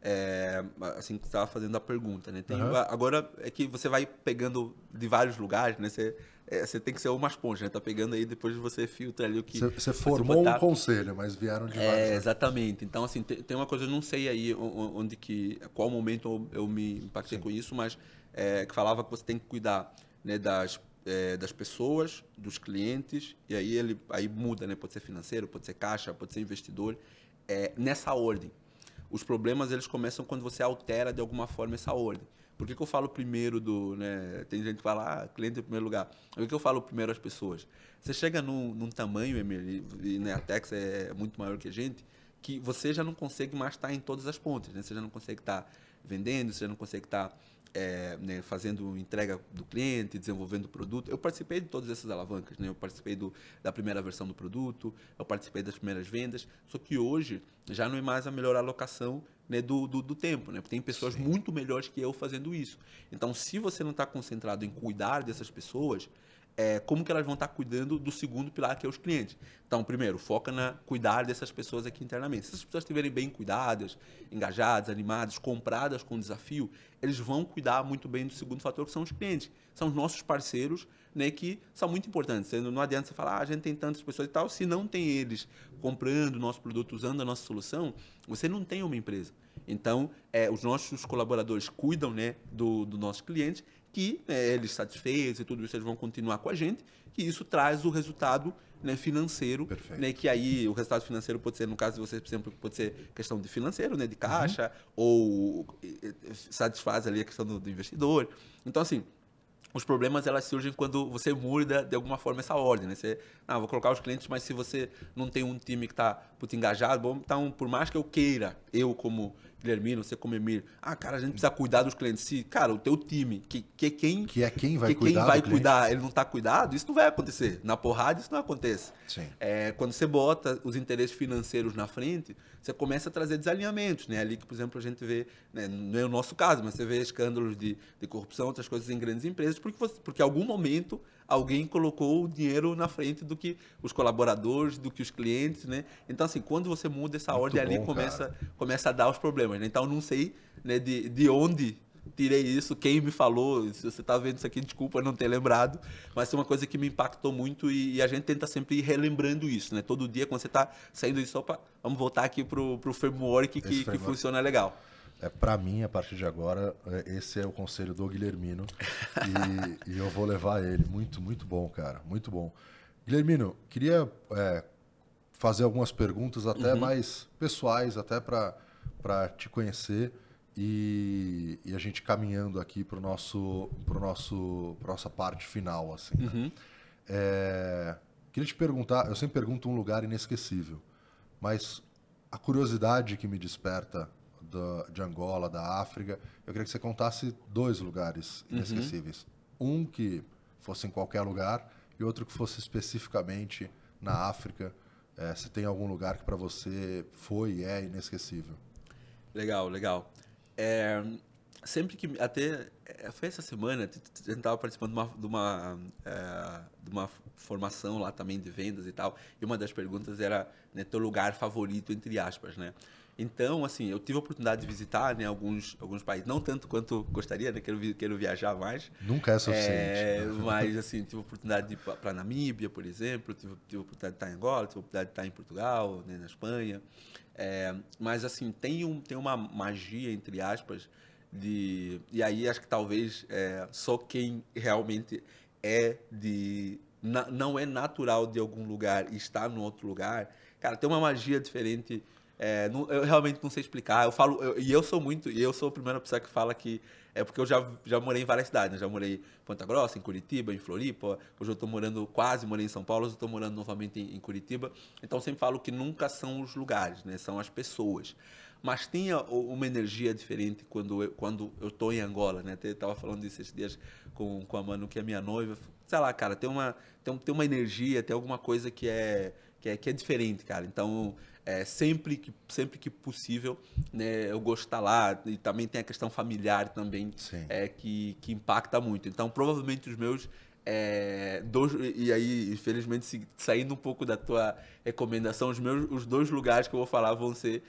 é, assim que você estava fazendo a pergunta, né? Tem, Uhum. agora é que você vai pegando de vários lugares, né? Você, é, você tem que ser uma esponja, né? Tá pegando aí, depois você filtra ali o que Você, você você formou um botar. conselho, mas vieram de vários. É, exatamente. Então, assim, tem, tem uma coisa, eu não sei aí o- o- onde que, qual momento eu, eu me impactei Sim. com isso, mas é, que falava que você tem que cuidar, né, das, é, das pessoas, dos clientes, e aí ele aí muda, né? Pode ser financeiro, pode ser caixa, pode ser investidor, é, nessa ordem. Os problemas eles começam quando você altera de alguma forma essa ordem. Por que, que eu falo primeiro do, né? Tem gente que fala, ah, cliente em primeiro lugar. Por que, que eu falo primeiro às pessoas? Você chega num, num tamanho, Emir, e, e né, a Tex é muito maior que a gente, que você já não consegue mais estar em todas as pontas, né? Você já não consegue estar vendendo, você já não consegue estar é, né, fazendo entrega do cliente, desenvolvendo o produto. Eu participei de todas essas alavancas, né? Eu participei do, da primeira versão do produto, eu participei das primeiras vendas, só que hoje já não é mais a melhor alocação, né, do, do, do tempo, né? Porque tem pessoas Sim. muito melhores que eu fazendo isso. Então, se você não está concentrado em cuidar dessas pessoas, é, como que elas vão estar cuidando do segundo pilar, que é os clientes? Então, primeiro, foca na cuidar dessas pessoas aqui internamente. Se essas pessoas estiverem bem cuidadas, engajadas, animadas, compradas com o desafio, eles vão cuidar muito bem do segundo fator, que são os clientes. São os nossos parceiros, né, que são muito importantes. Não adianta você falar, ah, a gente tem tantas pessoas e tal, se não tem eles comprando o nosso produto, usando a nossa solução, você não tem uma empresa. Então, é, os nossos colaboradores cuidam, né, do, do nossos clientes, que é, eles satisfeitos e tudo isso, eles vão continuar com a gente, que isso traz o resultado, né, financeiro, né, que aí o resultado financeiro pode ser, no caso de vocês, por exemplo, pode ser questão de financeiro, né, de caixa, uhum. ou satisfaz ali a questão do, do investidor. Então, assim, os problemas elas surgem quando você muda de alguma forma essa ordem, né? Você, ah, vou colocar os clientes, mas se você não tem um time que está engajado, bom, então, por mais que eu queira, eu como Guilhermino, você como Emir, ah, cara, a gente precisa cuidar dos clientes. Se, cara, o teu time, que, que quem que é quem vai que cuidar, quem vai do cuidar, ele não está cuidado, isso não vai acontecer. Na porrada isso não acontece. Sim. É, quando você bota os interesses financeiros na frente, você começa a trazer desalinhamentos, né? Ali que, por exemplo, a gente vê, né, não é o nosso caso, mas você vê escândalos de, de corrupção, outras coisas em grandes empresas, porque, você, porque em algum momento alguém colocou o dinheiro na frente do que os colaboradores, do que os clientes, né? Então, assim, quando você muda essa Muito ordem, bom, ali começa, cara. começa a dar os problemas, né? Então, eu não sei, né, de, de onde tirei isso, quem me falou, se você está vendo isso aqui, desculpa não ter lembrado, mas é uma coisa que me impactou muito e, e a gente tenta sempre ir relembrando isso, né? Todo dia, quando você está saindo disso, opa, vamos voltar aqui pro, pro framework que, framework. que funciona legal. É, para mim, a partir de agora, esse é o conselho do Guilhermino e, e eu vou levar ele. Muito, muito bom, cara. Muito bom. Guilhermino, queria é, fazer algumas perguntas até uhum. mais pessoais, até para te conhecer e, e a gente caminhando aqui para nosso, pro nosso, pra nossa parte final. Assim, né? Uhum. É, queria te perguntar, eu sempre pergunto um lugar inesquecível, mas a curiosidade que me desperta Da, de Angola, da África, eu queria que você contasse dois lugares inesquecíveis. Uhum. Um que fosse em qualquer lugar e outro que fosse especificamente na África. É, se tem algum lugar que para você foi e é inesquecível. Legal, legal. É, sempre que... Até... Foi essa semana, a gente estava participando de uma, de, uma, é, de uma formação lá também de vendas e tal, e uma das perguntas era, né, teu lugar favorito, entre aspas, né? Então, assim, eu tive a oportunidade de visitar, né, alguns, alguns países, não tanto quanto gostaria, né, quero, quero viajar mais. Nunca é suficiente. É, mas, assim, tive a oportunidade de ir para a Namíbia, por exemplo, tive, tive a oportunidade de estar em Angola, tive a oportunidade de estar em Portugal, né, na Espanha. É, mas, assim, tem, um, tem uma magia, entre aspas, de... E aí, acho que talvez é, só quem realmente é de... Na, não é natural de algum lugar e está no outro lugar, cara, tem uma magia diferente. É, não, eu realmente não sei explicar. Eu falo, eu, e eu sou muito, e eu sou a primeira pessoa que fala que é porque eu já, já morei em várias cidades, né? Já morei em Ponta Grossa, em Curitiba, em Floripa. Hoje eu estou morando, quase morei em São Paulo, hoje eu estou morando novamente em, em Curitiba. Então eu sempre falo que nunca são os lugares, né? São as pessoas. Mas tem uma energia diferente quando eu, quando eu tô em Angola, né? Eu tava falando disso esses dias com, com a Manu, que é minha noiva. Sei lá, cara, tem uma, tem, tem uma energia, tem alguma coisa que é, que é, que é diferente, cara. Então, é, sempre, que, sempre que possível, né, eu gosto de estar lá. E também tem a questão familiar também, é, que, que impacta muito. Então, provavelmente os meus É, dois, e aí, infelizmente, se- saindo um pouco da tua recomendação, os meus os dois lugares que eu vou falar vão ser,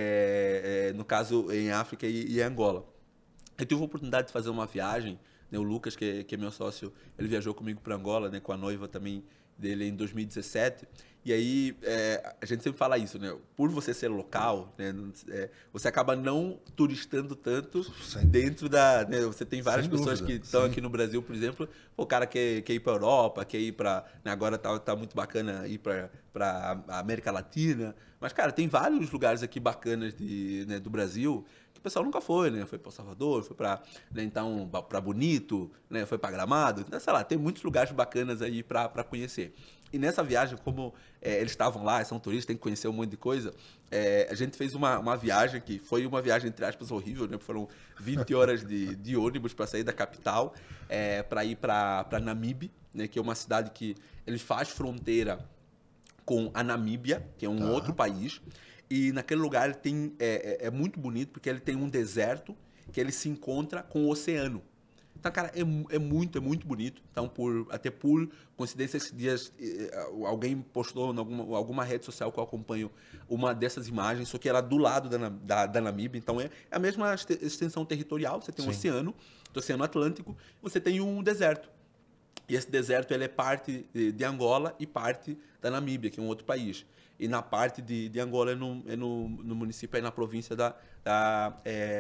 é, é, no caso, em África e, e Angola. Eu tive a oportunidade de fazer uma viagem, né, o Lucas, que é, que é meu sócio, ele viajou comigo para Angola, né, com a noiva também dele em dois mil e dezessete. E aí, é, a gente sempre fala isso, né? Por você ser local, né, não- é, você acaba não turistando tanto Sem, dentro da, né, você tem várias sem pessoas dúvida, que estão sim. aqui no Brasil, por exemplo, pô, o cara quer, quer ir para Europa, quer ir para, agora tá, tá muito bacana ir para para América Latina, mas cara, tem vários lugares aqui bacanas de, né, do Brasil que o pessoal nunca foi, né? Foi para Salvador, foi para, né, então para Bonito, né, foi para Gramado, então, sei lá, tem muitos lugares bacanas aí para para conhecer. E nessa viagem, como é, eles estavam lá, são turistas, tem que conhecer um monte de coisa, é, a gente fez uma, uma viagem que foi uma viagem, entre aspas, horrível, né? Foram vinte horas de, de ônibus para sair da capital, é, para ir para Namibe, né? Que é uma cidade que ele faz fronteira com a Namíbia, que é um outro Tá. país. E naquele lugar ele tem, é, é, é muito bonito porque ele tem um deserto que ele se encontra com o oceano. Então, cara, é, mu- é muito, é muito bonito. Então, por, até por coincidência, esses dias eh, eh, alguém postou em alguma, alguma rede social que eu acompanho uma dessas imagens, só que era do lado da, Na- da, da Namíbia. Então, é, é a mesma este- extensão territorial. Você tem um Sim. oceano, o Oceano Atlântico, você tem um deserto. E esse deserto ele é parte de, de Angola e parte da Namíbia, que é um outro país. E na parte de, de Angola é, no, é no, no município, é na província da, da,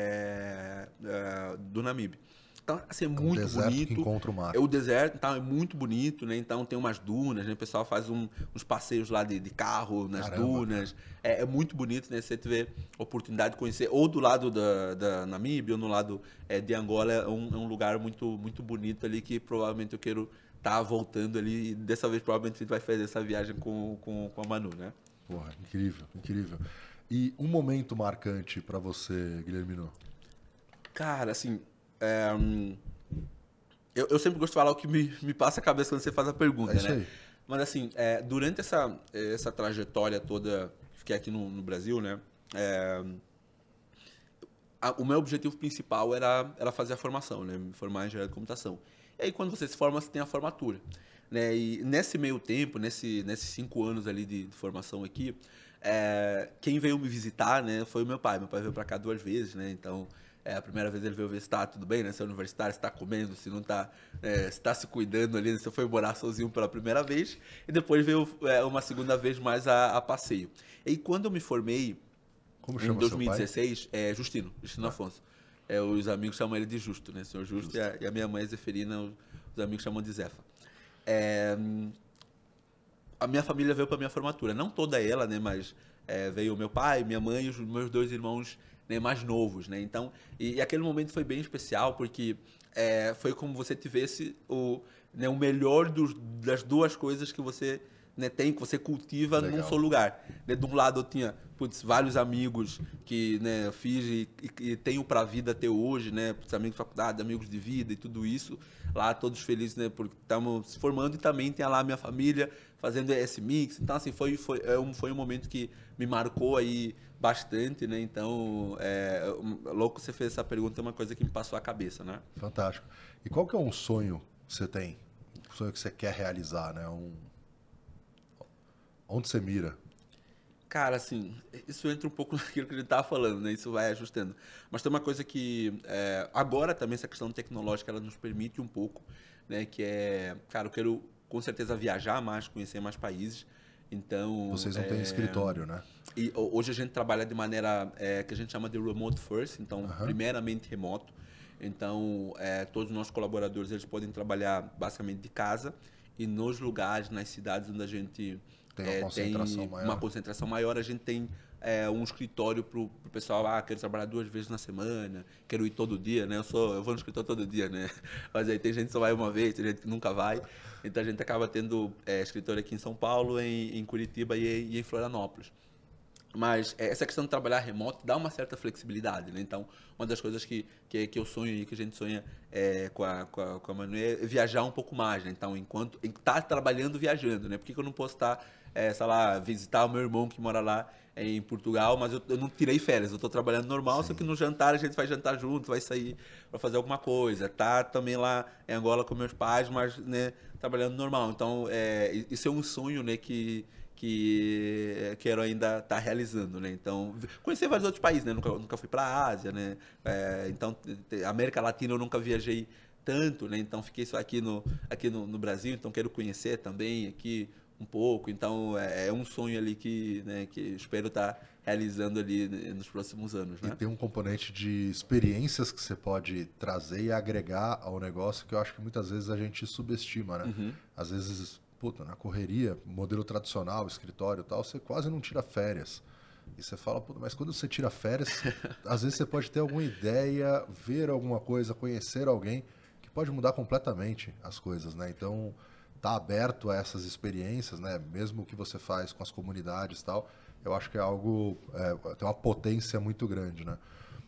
é, é, do Namíbia. Então, assim, é É um muito deserto que bonito. encontra o mar. É o deserto, então, é muito bonito, né? Então tem umas dunas, né? O pessoal faz um- uns passeios lá de, de carro nas Caramba, dunas. É, é muito bonito, né? Você tiver oportunidade de conhecer, ou do lado da, da Namíbia, ou no lado é, de Angola, é um, é um lugar muito, muito bonito ali que provavelmente eu quero estar voltando ali. E dessa vez, provavelmente, a gente vai fazer essa viagem com, com, com a Manu, né? Porra, incrível, incrível. E um momento marcante pra você, Guilhermino? Cara, assim. é, hum, eu, eu sempre gosto de falar o que me, me passa a cabeça quando você faz a É pergunta, isso né? aí. Mas assim, é, durante essa, essa trajetória toda que fiquei aqui no, no Brasil, né? é, a- o meu objetivo principal era, era fazer a formação, né? Me formar em engenharia de computação. E aí, quando você se forma, você tem a formatura. Né? E nesse meio tempo, nesse, nesses cinco anos ali de, de formação aqui, é, quem veio me visitar, né, foi o meu pai. Meu pai veio para cá duas vezes, né? Então, é, a primeira vez ele veio ver se tá tudo bem, né? Se é universitário, se tá comendo, se não tá, é, se tá se cuidando ali, se foi morar sozinho pela primeira vez. E depois veio é, uma segunda vez mais a, a passeio. E aí, quando eu me formei, Como em chama seu pai? dois mil e dezesseis, é Justino, Justino Afonso. É, os amigos chamam ele de Justo, né? Senhor Justo, E, a, e a minha mãe, Zeferina, os, os amigos chamam de Zefa. É, a minha família veio para minha formatura. Não toda ela, né? Mas é, veio o meu pai, minha mãe e os meus dois irmãos, né, mais novos, né? Então, e, e aquele momento foi bem especial porque é, foi como você tivesse o, né, o melhor dos, das duas coisas que você, né, tem, que você cultiva num Legal. só lugar. Né? De um lado eu tinha, putz, vários amigos que, né, eu fiz e, e, e tenho pra vida até hoje, né? Putz, amigos de faculdade, amigos de vida e tudo isso. Lá todos felizes, né? Porque estamos se formando e também tem lá a minha família fazendo esse mix. Então, assim, foi, foi, é um, foi um momento que me marcou aí bastante, né? Então, é, um- louco você fez essa pergunta, é uma coisa que me passou a cabeça, né? Fantástico. E qual que é um sonho que você tem? Um sonho que você quer realizar, né? Um... Onde você mira? Cara, assim, isso entra um pouco naquilo que a gente tava falando, né? Isso vai ajustando. Mas tem uma coisa que é, agora também essa questão tecnológica ela nos permite um pouco, né? Que é, cara, eu quero com certeza viajar mais, conhecer mais países. Então, Vocês não têm é, escritório, né? e ho- hoje a gente trabalha de maneira é, que a gente chama de remote first, então Aham. primeiramente remoto. Então, é, todos os nossos colaboradores eles podem trabalhar basicamente de casa e nos lugares, nas cidades onde a gente Tem uma é, concentração tem maior. uma concentração maior, a gente tem é, um escritório para o pessoal, ah, quero trabalhar duas vezes na semana, quero ir todo dia, né? Eu sou, eu vou no escritório todo dia, né? Mas aí tem gente que só vai uma vez, tem gente que nunca vai. Então a gente acaba tendo é, escritório aqui em São Paulo, em, em Curitiba e, e em Florianópolis. Mas é, essa questão de trabalhar remoto dá uma certa flexibilidade, né? Então, uma das coisas que, que, que eu sonho e que a gente sonha é, com, a, com, a, com a Manu é viajar um pouco mais, né? Então, enquanto estar trabalhando, viajando, né? Por que, que eu não posso estar é, sei lá, visitar o meu irmão que mora lá em Portugal, mas eu, eu não tirei férias, eu tô trabalhando normal, Sim. só que no jantar a gente vai jantar junto, vai sair para fazer alguma coisa, tá também lá em Angola com meus pais, mas, né, trabalhando normal. Então, é, isso é um sonho, né, que que quero ainda estar realizando, né? Então, conhecer vários outros países, né? Nunca, nunca fui para a Ásia, né? É, então, América Latina eu nunca viajei tanto, né? Então, fiquei só aqui no, aqui no, no Brasil, então quero conhecer também aqui um pouco. Então, é, é um sonho ali que, né, que espero estar realizando ali nos próximos anos, E né? tem um componente de experiências que você pode trazer e agregar ao negócio que eu acho que muitas vezes a gente subestima, né? Uhum. Às vezes, puta, na correria, modelo tradicional, escritório e tal, você quase não tira férias. E você fala, puta, mas quando você tira férias, às vezes você pode ter alguma ideia, ver alguma coisa, conhecer alguém que pode mudar completamente as coisas, né? Então, tá aberto a essas experiências, né? Mesmo o que você faz com as comunidades e tal, eu acho que é algo, é, tem uma potência muito grande, né?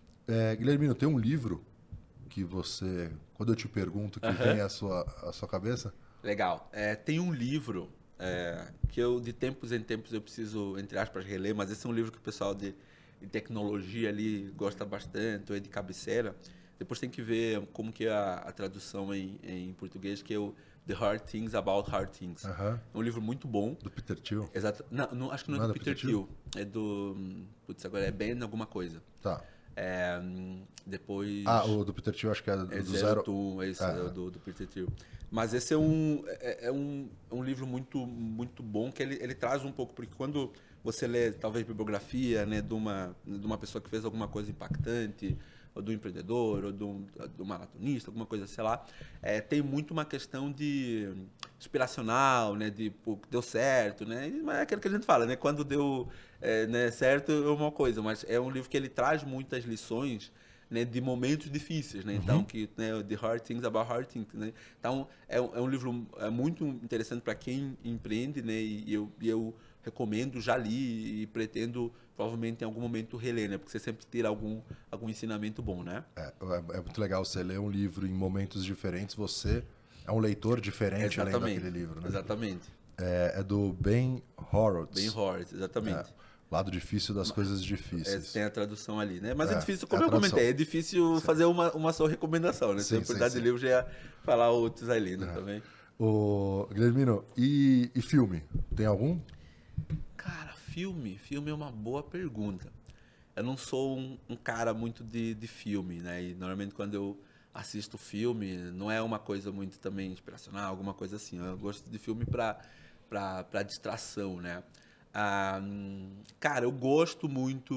É, Guilhermino, tem um livro que você, quando eu te pergunto, que Aham. vem à sua, à sua cabeça? Legal. É, tem um livro é, que eu, de tempos em tempos, eu preciso, entre aspas, reler, mas esse é um livro que o pessoal de, de tecnologia ali gosta bastante, ou é de cabeceira. Depois tem que ver como que é a, a tradução em, em português, que é o The Hard Things About Hard Things. Aham. É um livro muito bom. Do Peter Thiel? Exato. Não, não, acho que não é Não é do do Peter Peter Thiel. É do... hum, Putz, agora é Ben alguma coisa. Tá. É, hum, depois... Ah, o do Peter Thiel acho que é É do Zero zero. to, é isso, É, é o do, do Peter Thiel. Mas esse é um, é, é um, é um livro muito, muito bom, que ele, ele traz um pouco, porque quando você lê, talvez, bibliografia, né, de uma, de uma pessoa que fez alguma coisa impactante, ou do empreendedor, ou do, do maratonista, alguma coisa, sei lá, é, tem muito uma questão de inspiracional, né, de, pô, deu certo, né, mas é aquilo que a gente fala, né, quando deu é, né, certo é uma coisa, mas é um livro que ele traz muitas lições, né, de momentos difíceis, né? Então, que, né, The Hard Things About Hard Things, né? Então, é, um- é um livro é muito interessante para quem empreende, né? E eu, e eu recomendo, já li e pretendo, provavelmente, em algum momento, reler, né? Porque você sempre tira algum, algum ensinamento bom, né? é, é, é muito legal você ler um livro em momentos diferentes, você é um leitor diferente além Exatamente. daquele livro, né? Exatamente. É, é do Ben Horowitz. Bem Horowitz, exatamente. É, Lado Difícil das Coisas É, Difíceis. tem a tradução ali, né? Mas é, É, difícil, é como a eu tradução. comentei, é difícil fazer uma, uma só recomendação, né? Se Sim, eu sim, precisar de sim. livro, já ia falar outros ali, né? Também. O Guilhermino, e, e filme? Tem algum? Cara, filme, filme é uma boa pergunta. Eu não sou um, um cara muito de, de filme, né? E normalmente quando eu assisto filme, não é uma coisa muito também inspiracional, alguma coisa assim. Eu gosto de filme pra, pra, pra distração, né? Ah, hum, cara, eu gosto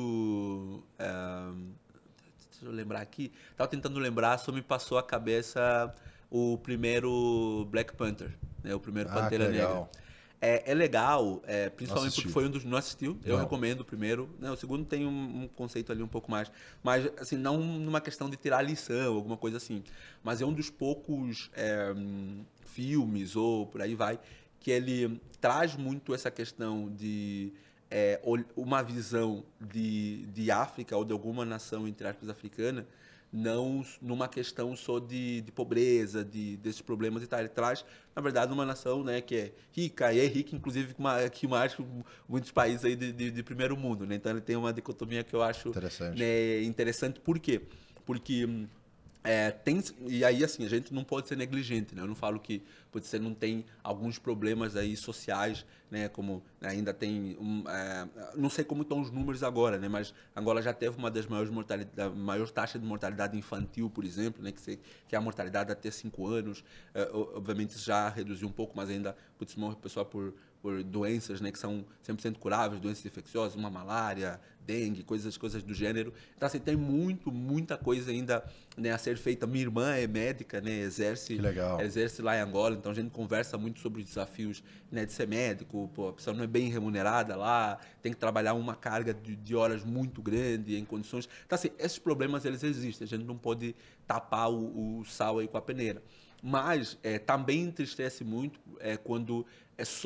muito. ah, deixa eu lembrar aqui. Tava tentando lembrar, só me passou a cabeça o primeiro Black Panther, né? O primeiro Ah, que Pantera Negra. legal. É, é legal, é, Não principalmente porque assisti. foi um dos. Não assistiu? Eu Não. recomendo o primeiro. Né, o segundo tem um, um conceito ali um pouco mais. Mas, assim, não numa questão de tirar lição, alguma coisa assim. Mas é um dos poucos é, hum, filmes, ou por aí vai, que ele traz muito essa questão de é, ol- uma visão de, de África ou de alguma nação, entre aspas, africana, não s- numa questão só de, de pobreza, de, desses problemas e tal. Ele traz, na verdade, uma nação, né, que é rica, e é rica, inclusive, que, uma, que mais que muitos países aí de, de, de primeiro mundo, né? Então ele tem uma dicotomia que eu acho, Interessante. né, interessante. Por quê? Porque hum, é, tem, e aí, assim, a gente não pode ser negligente, né? Eu não falo que putz, você não tem alguns problemas aí sociais, né? Como né, ainda tem, um, é, não sei como estão os números agora, né? Mas Angola já teve uma das maiores mortalidade, maior taxa de mortalidade infantil, por exemplo, né? Que, se, que é a mortalidade até cinco anos. É, obviamente isso já reduziu um pouco, mas ainda putz, morre o pessoal por por doenças, né, que são cem por cento curáveis, doenças infecciosas, uma malária, dengue, coisas, coisas do gênero. Então, assim, tem muito, muita coisa ainda, né, a ser feita. Minha irmã é médica, né, exerce, Que legal. exerce lá em Angola, então a gente conversa muito sobre os desafios, né, de ser médico. Pô, a pessoa não é bem remunerada lá, tem que trabalhar uma carga de, de horas muito grande, em condições... Então, assim, esses problemas, eles existem, a gente não pode tapar o, o sal aí com a peneira. Mas é, também entristece muito é, quando é só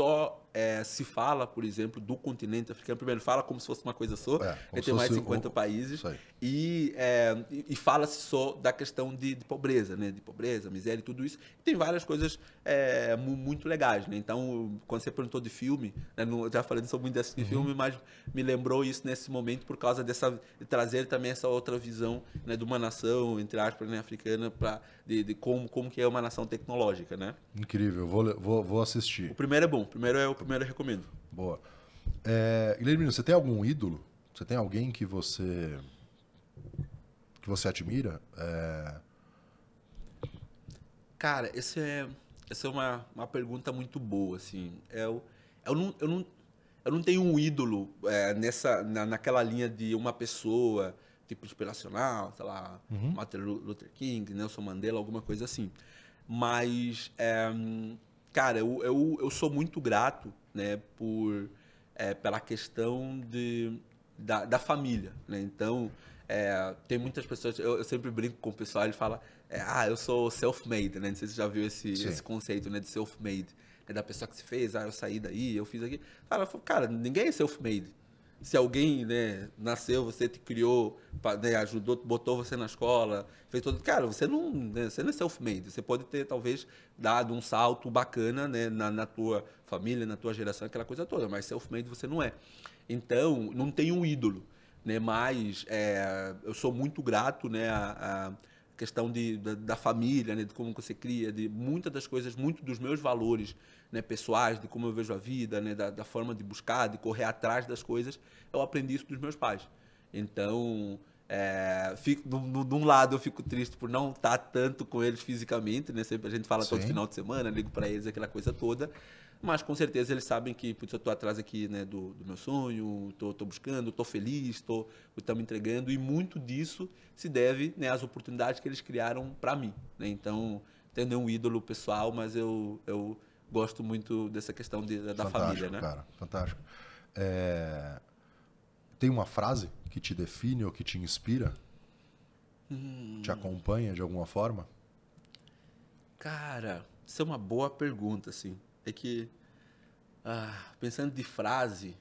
é, se fala, por exemplo, do continente africano. Primeiro, fala como se fosse uma coisa só. É, Ele tem mais de cinquenta o, países. E, é, e, e fala-se só da questão de, de pobreza, né? De pobreza, miséria e tudo isso. E tem várias coisas é, muito legais, né? Então, quando você perguntou de filme, né? Não, eu já falei, não sou muito de assistir uhum. filme, mas me lembrou isso nesse momento por causa dessa... de trazer também essa outra visão, né? De uma nação, entre aspas, né? africana, pra, de, de como, como que é uma nação tecnológica, né? Incrível, vou, vou, vou assistir. O primeiro é bom, o primeiro é o primeiro eu recomendo. Boa. É, Guilherme, você tem algum ídolo? Você tem alguém que você que você admira? É... Cara, esse é, essa é uma, uma pergunta muito boa, assim. Eu, eu, não, eu, não, eu não tenho um ídolo é, nessa, na, naquela linha de uma pessoa, tipo inspiracional, sei lá, uhum. Martin Luther King, Nelson Mandela, alguma coisa assim. Mas, é, cara, eu, eu, eu sou muito grato, né, por, é, pela questão de, da, da família, né? Então, é, tem muitas pessoas, eu, eu sempre brinco com o pessoal, ele fala, é, ah, eu sou self-made, né? Não sei se você já viu esse, esse conceito, né, de self-made, né, da pessoa que se fez, ah, eu saí daí, eu fiz aqui. Cara, falo, cara, ninguém é self-made. Se alguém, né, nasceu, você te criou, né, ajudou, botou você na escola, fez tudo. Cara, você não, né, você não é self-made. Você pode ter, talvez, dado um salto bacana, né, na, na tua família, na tua geração, aquela coisa toda, mas self-made você não é. Então, não tem um ídolo, né, mas é, eu sou muito grato, né, a, a questão de, da, da família, né, de como você cria, de muitas das coisas, muito dos meus valores, né, pessoais, de como eu vejo a vida, né, da, da forma de buscar, de correr atrás das coisas, eu aprendi isso dos meus pais. Então, é, fico, de, de um lado eu fico triste por não estar tanto com eles fisicamente, né, sempre a gente fala Sim. todo final de semana, ligo para eles, aquela coisa toda, mas com certeza eles sabem que putz, eu estou atrás aqui, né, do, do meu sonho, estou buscando, estou feliz, estou me entregando, e muito disso se deve, né, às oportunidades que eles criaram para mim, né? Então, tenho um ídolo pessoal, mas eu, eu gosto muito dessa questão de, da fantástico, família, né? Cara, fantástico. É... Tem uma frase que te define ou que te inspira? Hum... Te acompanha de alguma forma? Cara, isso é uma boa pergunta, assim. É que, ah, pensando de frase,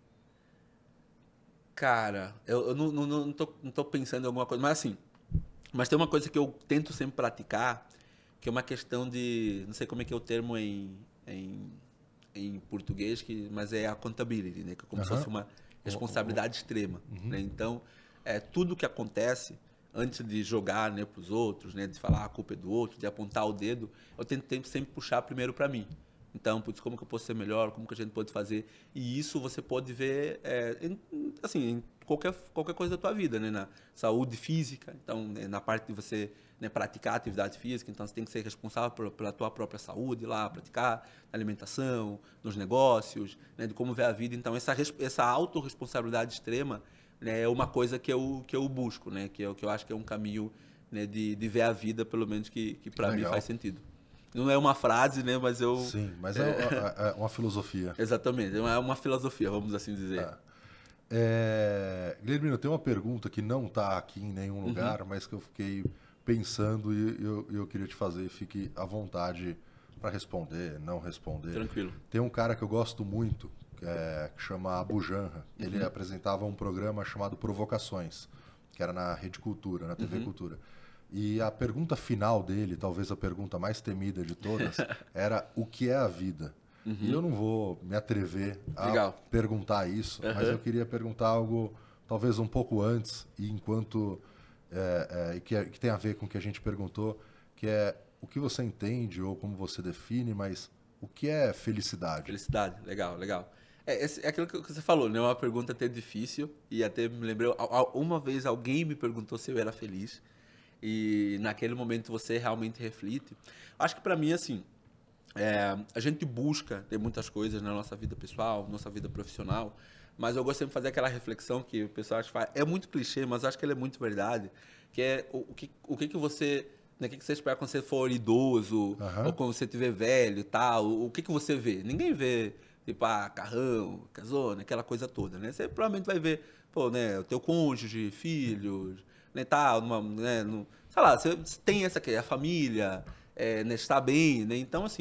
cara, eu, eu não, não, não, tô, não tô pensando em alguma coisa, mas assim, mas tem uma coisa que eu tento sempre praticar, que é uma questão de, não sei como é que é o termo em, em, em português, que, mas é accountability, né? Que é como uhum. se fosse uma responsabilidade uhum. extrema. Uhum. Né? Então, é, tudo que acontece, antes de jogar, né, para os outros, né, de falar a culpa é do outro, de apontar o dedo, eu tento, tento sempre puxar primeiro para mim. Então, putz, como que eu posso ser melhor, como que a gente pode fazer. E isso você pode ver, é, em, assim, em qualquer, qualquer coisa da tua vida, né? Na saúde física, então, né, na parte de você, né, praticar atividade física, então você tem que ser responsável por, pela tua própria saúde lá, praticar na alimentação, nos negócios, né, de como ver a vida. Então, essa, essa autorresponsabilidade extrema, né, é uma coisa que eu, que eu busco, né? Que, eu, que eu acho que é um caminho, né, de, de ver a vida, pelo menos que, que para mim faz sentido. Não é uma frase, né? Mas eu... Sim, mas é, é, é uma filosofia. Exatamente, é uma filosofia, vamos assim dizer. É. É... Guilherme, eu tenho uma pergunta que não está aqui em nenhum lugar, uhum. mas que eu fiquei pensando e eu, eu queria te fazer. Fique à vontade para responder, não responder. Tranquilo. Tem um cara que eu gosto muito, que, é, que chama Abu Janra. Uhum. Ele apresentava um programa chamado Provocações, que era na Rede Cultura, na T V uhum. Cultura. E a pergunta final dele, talvez a pergunta mais temida de todas, era o que é a vida? Uhum. E eu não vou me atrever a Legal. perguntar isso, uhum. mas eu queria perguntar algo talvez um pouco antes, e enquanto é, é, que, é, que tem a ver com o que a gente perguntou, que é o que você entende ou como você define, mas o que é felicidade? Felicidade, legal, legal. É, é aquilo que você falou, né? Uma pergunta até difícil, e até me lembrei, uma vez alguém me perguntou se eu era feliz, e naquele momento você realmente reflete. Acho que para mim, assim, é, a gente busca ter muitas coisas na nossa vida pessoal, nossa vida profissional, mas eu gosto sempre de fazer aquela reflexão que o pessoal acha que faz. É muito clichê, mas acho que ela é muito verdade, que é o, o, que, o que que você... Né, o que que você espera quando você for idoso, uhum. ou quando você estiver velho e tal, o, o que que você vê? Ninguém vê, tipo, ah, carrão, casona, aquela coisa toda, né? Você provavelmente vai ver, pô, né, o teu cônjuge, filhos... Né, tá, numa, né, no, sei lá, você tem essa aqui, a família, é, né, está bem, né? Então, assim,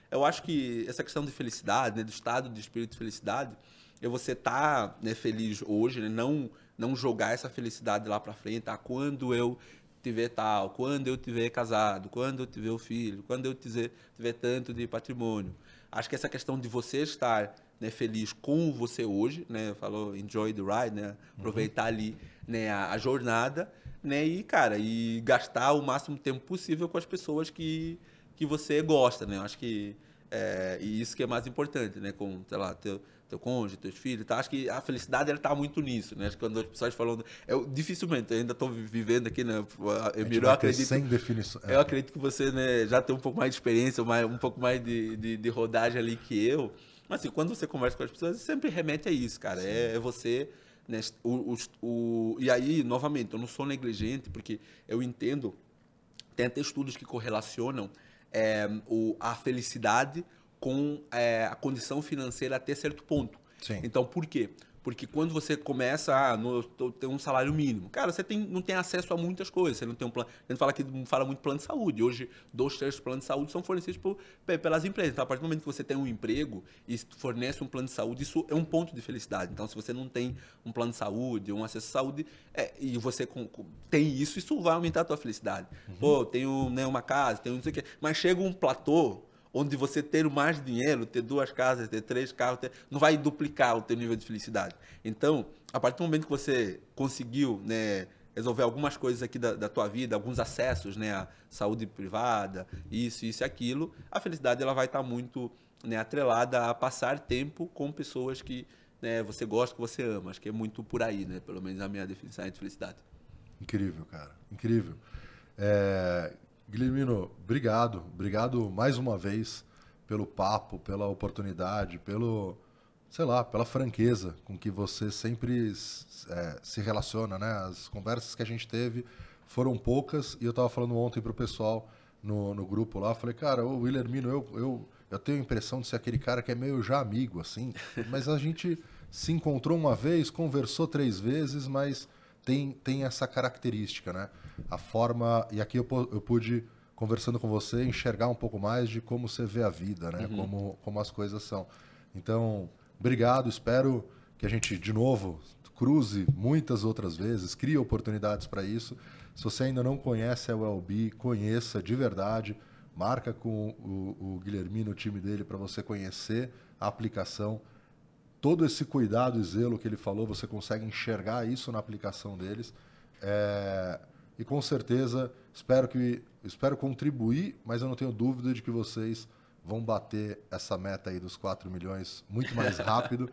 eu acho que essa questão de felicidade, né, do estado de espírito de felicidade, é você estar, né, feliz hoje, né, não, não jogar essa felicidade lá para frente, ah, quando eu tiver tal, quando eu tiver casado, quando eu tiver o filho, quando eu tiver, tiver tanto de patrimônio. Acho que essa questão de você estar, né, feliz com você hoje, né, falou enjoy the ride, né, aproveitar ali, né, a, a jornada, né, e cara, e gastar o máximo tempo possível com as pessoas que, que você gosta, né. Eu acho que é, e isso que é mais importante, né, com, sei lá, teu teu cônjuge, teus filhos, tá? Acho que a felicidade ela tá muito nisso, né? Acho que quando as pessoas falam, eu dificilmente, eu ainda estou vivendo aqui, né? Eu, eu acredito, sem definição. eu acredito que você, né, já tem um pouco mais de experiência, mais, um pouco mais de, de, de rodagem ali que eu. Mas assim, quando você conversa com as pessoas, sempre remete a isso, cara. É, é você, né? O, o, o, e aí, novamente, eu não sou negligente, porque eu entendo, tem até estudos que correlacionam é, o, a felicidade com é, a condição financeira até certo ponto. Sim. Então, por quê? Porque quando você começa a ah, ter um salário mínimo, cara, você tem, não tem acesso a muitas coisas. Você não tem um plano. A gente fala que fala muito plano de saúde. Hoje, dois terços planos de saúde são fornecidos por, pelas empresas. Então, a partir do momento que você tem um emprego e fornece um plano de saúde, isso é um ponto de felicidade. Então, se você não tem um plano de saúde, um acesso à saúde, é, e você com, com, tem isso, isso vai aumentar a tua felicidade. Uhum. Pô, tenho, né, uma casa, tenho não sei o quê. Mas chega um platô onde você ter mais dinheiro, ter duas casas, ter três carros, ter, não vai duplicar o teu nível de felicidade. Então, a partir do momento que você conseguiu, né, resolver algumas coisas aqui da, da tua vida, alguns acessos, né, à saúde privada, isso, isso e aquilo, a felicidade ela vai estar muito, né, atrelada a passar tempo com pessoas que, né, você gosta, que você ama. Acho que é muito por aí, né, pelo menos a minha definição de felicidade. Incrível, cara. Incrível. É... Guilhermino, obrigado. Obrigado mais uma vez pelo papo, pela oportunidade, pelo, sei lá, pela franqueza com que você sempre é, se relaciona, né? As conversas que a gente teve foram poucas e eu estava falando ontem pro pessoal no, no grupo lá, falei, cara, o Guilhermino, eu, eu, eu tenho a impressão de ser aquele cara que é meio já amigo, assim, mas a gente se encontrou uma vez, conversou três vezes, mas tem, tem essa característica, né? A forma... E aqui eu, eu pude, conversando com você, enxergar um pouco mais de como você vê a vida, né? Uhum. Como, como as coisas são. Então, obrigado. Espero que a gente, de novo, cruze muitas outras vezes, crie oportunidades para isso. Se você ainda não conhece a U L B, conheça de verdade. Marca com o, o Guilhermino, o time dele, para você conhecer a aplicação. Todo esse cuidado e zelo que ele falou, você consegue enxergar isso na aplicação deles. É... E com certeza, espero, que, espero contribuir, mas eu não tenho dúvida de que vocês vão bater essa meta aí dos quatro milhões muito mais rápido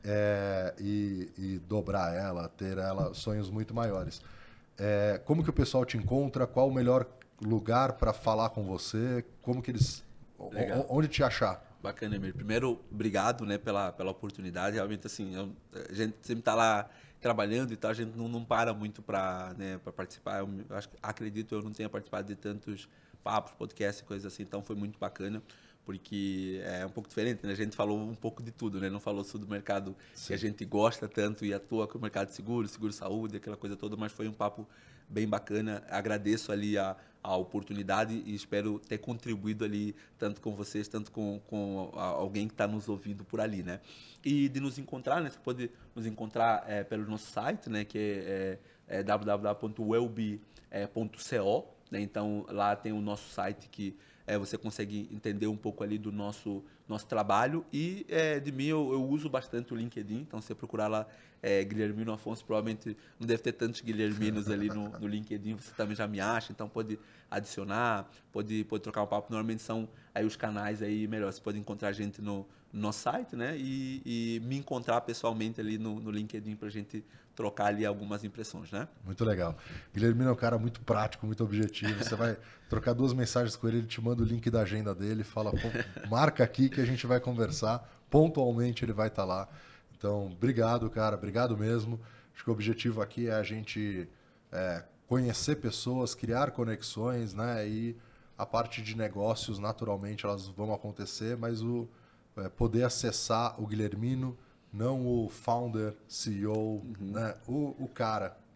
é... e, e dobrar ela, ter ela, sonhos muito maiores. É... Como que o pessoal te encontra? Qual o melhor lugar para falar com você? Como que eles... Legal. Onde te achar? Bacana, Emir. Primeiro, obrigado, né, pela, pela oportunidade. Realmente, assim, eu, a gente sempre está lá trabalhando e tal, a gente não, não para muito para, né, para participar. Eu, eu acho, acredito eu não tenha participado de tantos papos, podcasts e coisas assim, então foi muito bacana, porque é um pouco diferente, né? A gente falou um pouco de tudo, né? Não falou só do mercado Sim. que a gente gosta tanto e atua com o mercado de seguro, seguro-saúde, aquela coisa toda, mas foi um papo bem bacana. Agradeço ali a, a oportunidade e espero ter contribuído ali tanto com vocês, tanto com, com alguém que está nos ouvindo por ali, né? E de nos encontrar, né? Você pode nos encontrar é, pelo nosso site, né? Que é, é, é w w w ponto wellbe ponto co, né? Então lá tem o nosso site que é, você consegue entender um pouco ali do nosso nosso trabalho e é, de mim eu, eu uso bastante o LinkedIn, então se você procurar lá é, Guilhermino Afonso, provavelmente não deve ter tantos Guilherminos ali no, no LinkedIn, você também já me acha, então pode adicionar, pode, pode trocar um papo, normalmente são aí os canais aí melhor, você pode encontrar a gente no, no nosso site, né, e, e me encontrar pessoalmente ali no, no LinkedIn pra gente trocar ali algumas impressões, né? Muito legal. Guilhermino é um cara muito prático, muito objetivo. Você vai trocar duas mensagens com ele, ele te manda o link da agenda dele, fala, marca aqui que a gente vai conversar. Pontualmente ele vai estar lá. Então, obrigado, cara. Obrigado mesmo. Acho que o objetivo aqui é a gente é, conhecer pessoas, criar conexões, né? E a parte de negócios, naturalmente, elas vão acontecer, mas o é, poder acessar o Guilhermino, não o founder, C E O, uhum. né? o, o cara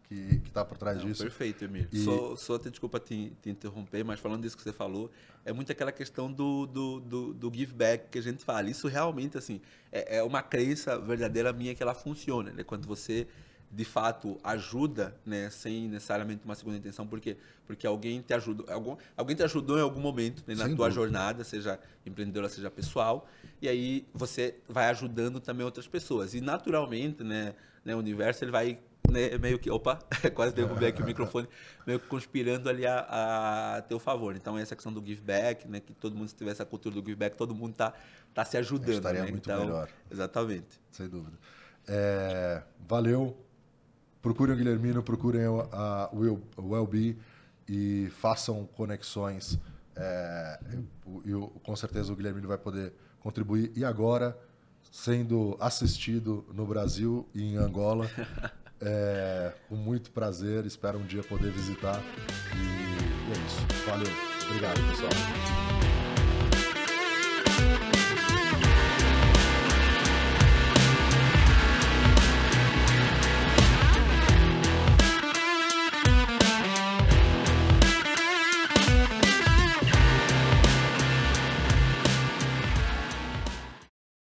que está por trás Não, disso. Perfeito, Emir. E... Só, só até desculpa te, te interromper, mas falando disso que você falou, é muito aquela questão do, do, do, do give back que a gente fala. Isso realmente, assim, é, é uma crença verdadeira minha que ela funciona, né? Quando você, de fato, ajuda, né? Sem necessariamente uma segunda intenção, por quê? Porque alguém te ajudou, algum, alguém te ajudou em algum momento, né? Na Sem tua dúvida. jornada, seja empreendedora, seja pessoal, e aí você vai ajudando também outras pessoas. E naturalmente, né? né o universo, ele vai... Né, meio que, opa, quase derrubei aqui o microfone, meio que conspirando ali a, a teu favor. Então, essa questão do give back, né, que todo mundo, se tivesse a cultura do give back, todo mundo tá, tá se ajudando. Estaria né? muito então, melhor. Exatamente. Sem dúvida. É, valeu. Procurem o Guilhermino, procurem a, a o Wellbe e façam conexões. É, e eu, com certeza o Guilhermino vai poder contribuir. E agora, sendo assistido no Brasil e em Angola, é, com muito prazer. Espero um dia poder visitar. E, e é isso. Valeu. Obrigado, pessoal.